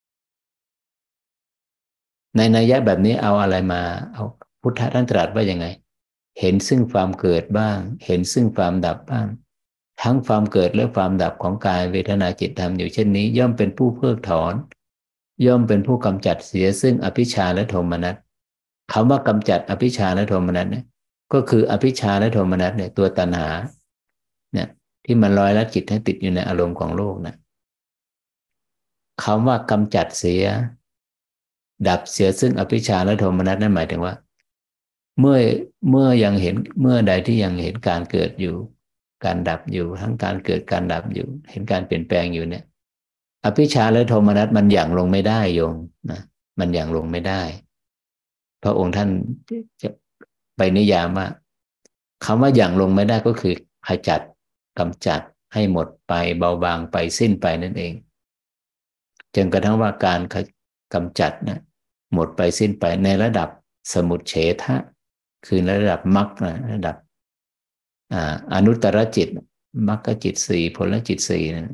ในนัยยะแบบนี้เอาอะไรมาเอาพุทธะท่านตรัสว่ายังไงเห็นซึ่งความเกิดบ้างเห็นซึ่งความดับบ้างทั้งความเกิดและความดับของกายเวทนาจิตธรรมอยู่เช่นนี้ย่อมเป็นผู้เพิกถอนย่อมเป็นผู้กำจัดเสียซึ่งอภิชฌาและโทมนัสคำว่ากำจัดอภิชฌาและโทมนัสเนี่ยก็คืออภิชฌาและโทมนัสเนี่ยตัวตัณหาเนี่ยที่มันลอยละจิตให้ติดอยู่ในอารมณ์ของโลกนะคำว่ากำจัดเสียดับเสียซึ่งอภิชฌาและโทมนัสนั่นหมายถึงว่าเมื่อยังเห็นเมื่อใดที่ยังเห็นการเกิดอยู่การดับอยู่ทั้งการเกิดการดับอยู่เห็นการเปลี่ยนแปลงอยู่เนี่ยอภิชฌาและโทมนัสมันหยั่งลงไม่ได้โยมนะมันหยั่งลงไม่ได้พระองค์ท่านจะไปนิยามว่าคำว่าหยั่งลงไม่ได้ก็คือขจัดกำจัดให้หมดไปเบาบางไปสิ้นไปนั่นเองจนกระทั่งว่าการกำจัดนะหมดไปสิ้นไปในระดับสมุจเฉทะคือในระดับมรรคนะระดับอนุตตรจิตมรรคจิตสี่ผลจิตสี่นะ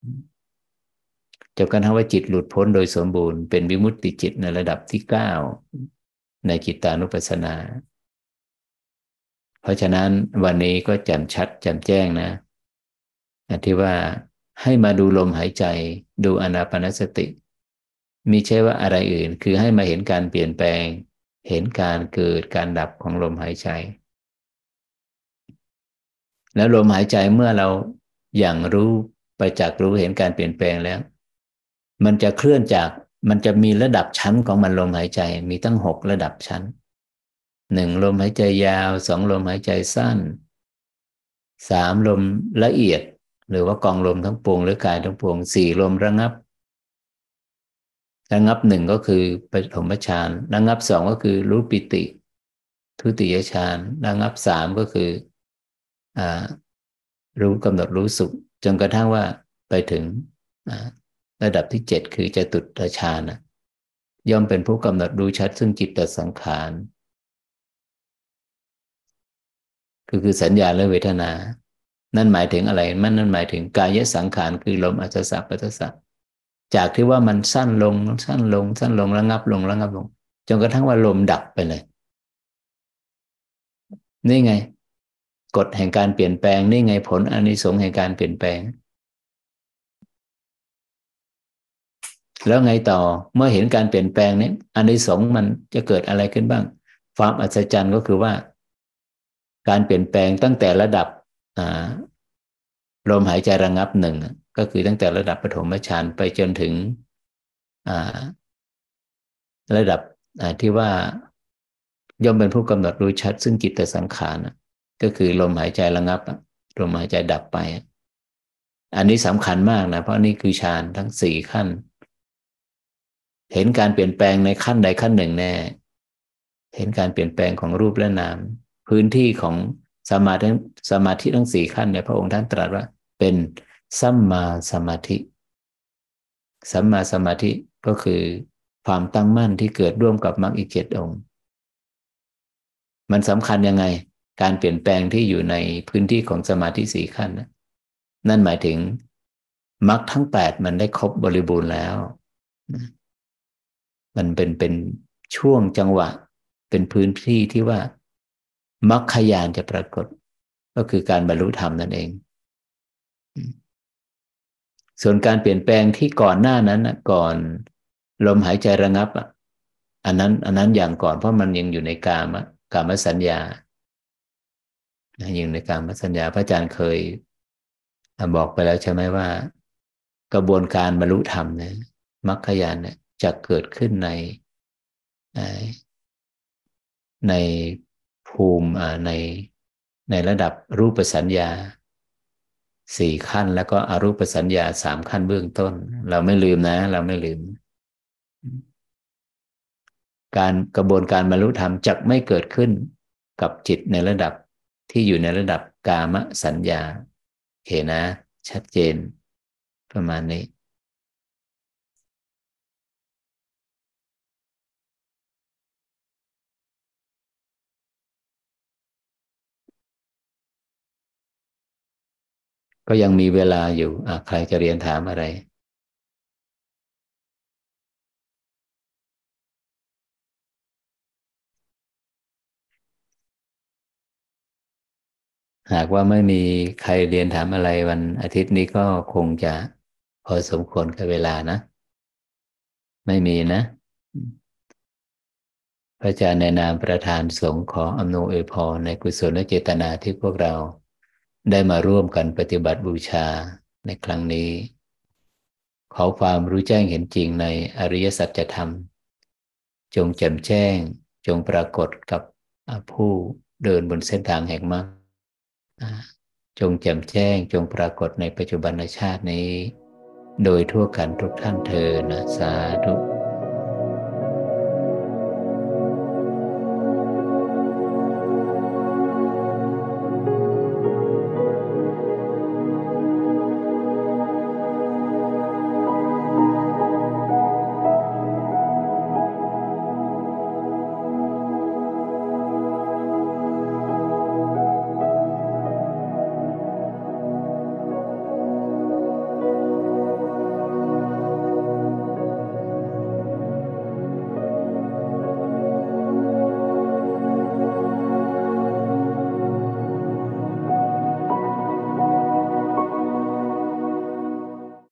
จนกระทั่งว่าจิตหลุดพ้นโดยสมบูรณ์เป็นวิมุตติจิตในระดับที่9ในจิตตานุปัสสนาเพราะฉะนั้นวันนี้ก็แจ่มชัดแจ่มแจ้งนะที่ว่าให้มาดูลมหายใจดูอานาปานสติมิใช่ว่าอะไรอื่นคือให้มาเห็นการเปลี่ยนแปลงเห็นการเกิดการดับของลมหายใจแล้วลมหายใจเมื่อเราอย่างรู้ไปจากรู้เห็นการเปลี่ยนแปลงแล้วมันจะเคลื่อนจากมันจะมีระดับชั้นของมันลมหายใจมีตั้ง6ระดับชั้น1ลมหายใจยาว2ลมหายใจสั้น3ลมละเอียดหรือว่ากองลมทั้งปวงหรือกายทั้งปวง4ลมระงับ1ก็คือปฐมฌานระงับ2ก็คือรู้ปิติทุติยฌานระงับ3ก็คือรู้กำหนดรู้สุขจนกระทั่งว่าไปถึงระดับที่7คือจตุตถฌานย่อมเป็นผู้กำหนดรู้ชัดซึ่งจิตตสังขารคือสัญญาและเวทนานั่นหมายถึงอะไรนั่นหมายถึงกายสังขารคือลมอัศสะปัสสะจากที่ว่ามันสั้นลงสั้นลงสั้นลงระงับลงระงับลงจนกระทั่งว่าลมดับไปเลยนี่ไงกฎแห่งการเปลี่ยนแปลงนี่ไงผลอานิสงส์แห่งการเปลี่ยนแปลงแล้วไงต่อเมื่อเห็นการเปลี่ยนแปลงนี้อานิสงส์มันจะเกิดอะไรขึ้นบ้างความอัศจรรย์ก็คือว่าการเปลี่ยนแปลงตั้งแต่ระดับลมหายใจระงับ1ก็คือตั้งแต่ระดับปฐมฌานไปจนถึงระดับที่ว่าย่อมเป็นผู้กำหนดรู้ชัดซึ่งจิตตสังขารก็คือลมหายใจระงับลมหายใจดับไปอันนี้สำคัญมากนะเพราะนี่คือฌานทั้ง4ขั้นเห็นการเปลี่ยนแปลงในขั้นใดขั้นหนึ่งแน่เห็นการเปลี่ยนแปลงของรูปและนามพื้นที่ของสมาธิทั้ง4ขั้นเนี่ยพระองค์ท่านตรัสว่าเป็นสัมมาสมาธิสัมมาสมาธิก็คือความตั้งมั่นที่เกิดร่วมกับมรรคอีก7องค์มันสำคัญยังไงการเปลี่ยนแปลงที่อยู่ในพื้นที่ของสมาธิ4ขั้นนั่นหมายถึงมรรคทั้ง8มันได้ครบบริบูรณ์แล้วมันเป็นช่วงจังหวะเป็นพื้นที่ที่ว่ามรรคญาณจะปรากฏก็คือการบรรลุธรรมนั่นเองส่วนการเปลี่ยนแปลงที่ก่อนหน้านั้นก่อนลมหายใจระงับอันนั้นอย่างก่อนเพราะมันยังอยู่ในกามสัญญายังในกามสัญญาพระอาจารย์เคยบอกไปแล้วใช่ไหมว่ากระบวนการบรรลุธรรมเนี่ยมรรคญาณเนี่ยจะเกิดขึ้นในภูมิในระดับรูปสัญญา4ขั้นแล้วก็อรูปสัญญา3ขั้นเบื้องต้นเราไม่ลืมนะเราไม่ลืมกระบวนการบรรลุธรรมจะไม่เกิดขึ้นกับจิตในระดับที่อยู่ในระดับกามสัญญาโอเคนะชัดเจนประมาณนี้ก็ยังมีเวลาอยู่ใครจะเรียนถามอะไรหากว่าไม่มีใครเรียนถามอะไรวันอาทิตย์นี้ก็คงจะพอสมควรกับเวลานะไม่มีนะพระอาจารย์ในนามประธานสงฆ์ขออำนวยอวยพรในกุศลและเจตนาที่พวกเราได้มาร่วมกันปฏิบัติบูชาในครั้งนี้ขอความรู้แจ้งเห็นจริงในอริยสัจธรรมจงแจ่มแจ้งจงปรากฏกับผู้เดินบนเส้นทางแห่งมรรคจงแจ่มแจ้งจงปรากฏในปัจจุบันชาตินี้โดยทั่วกันทุกท่านเทอญนะสาธุ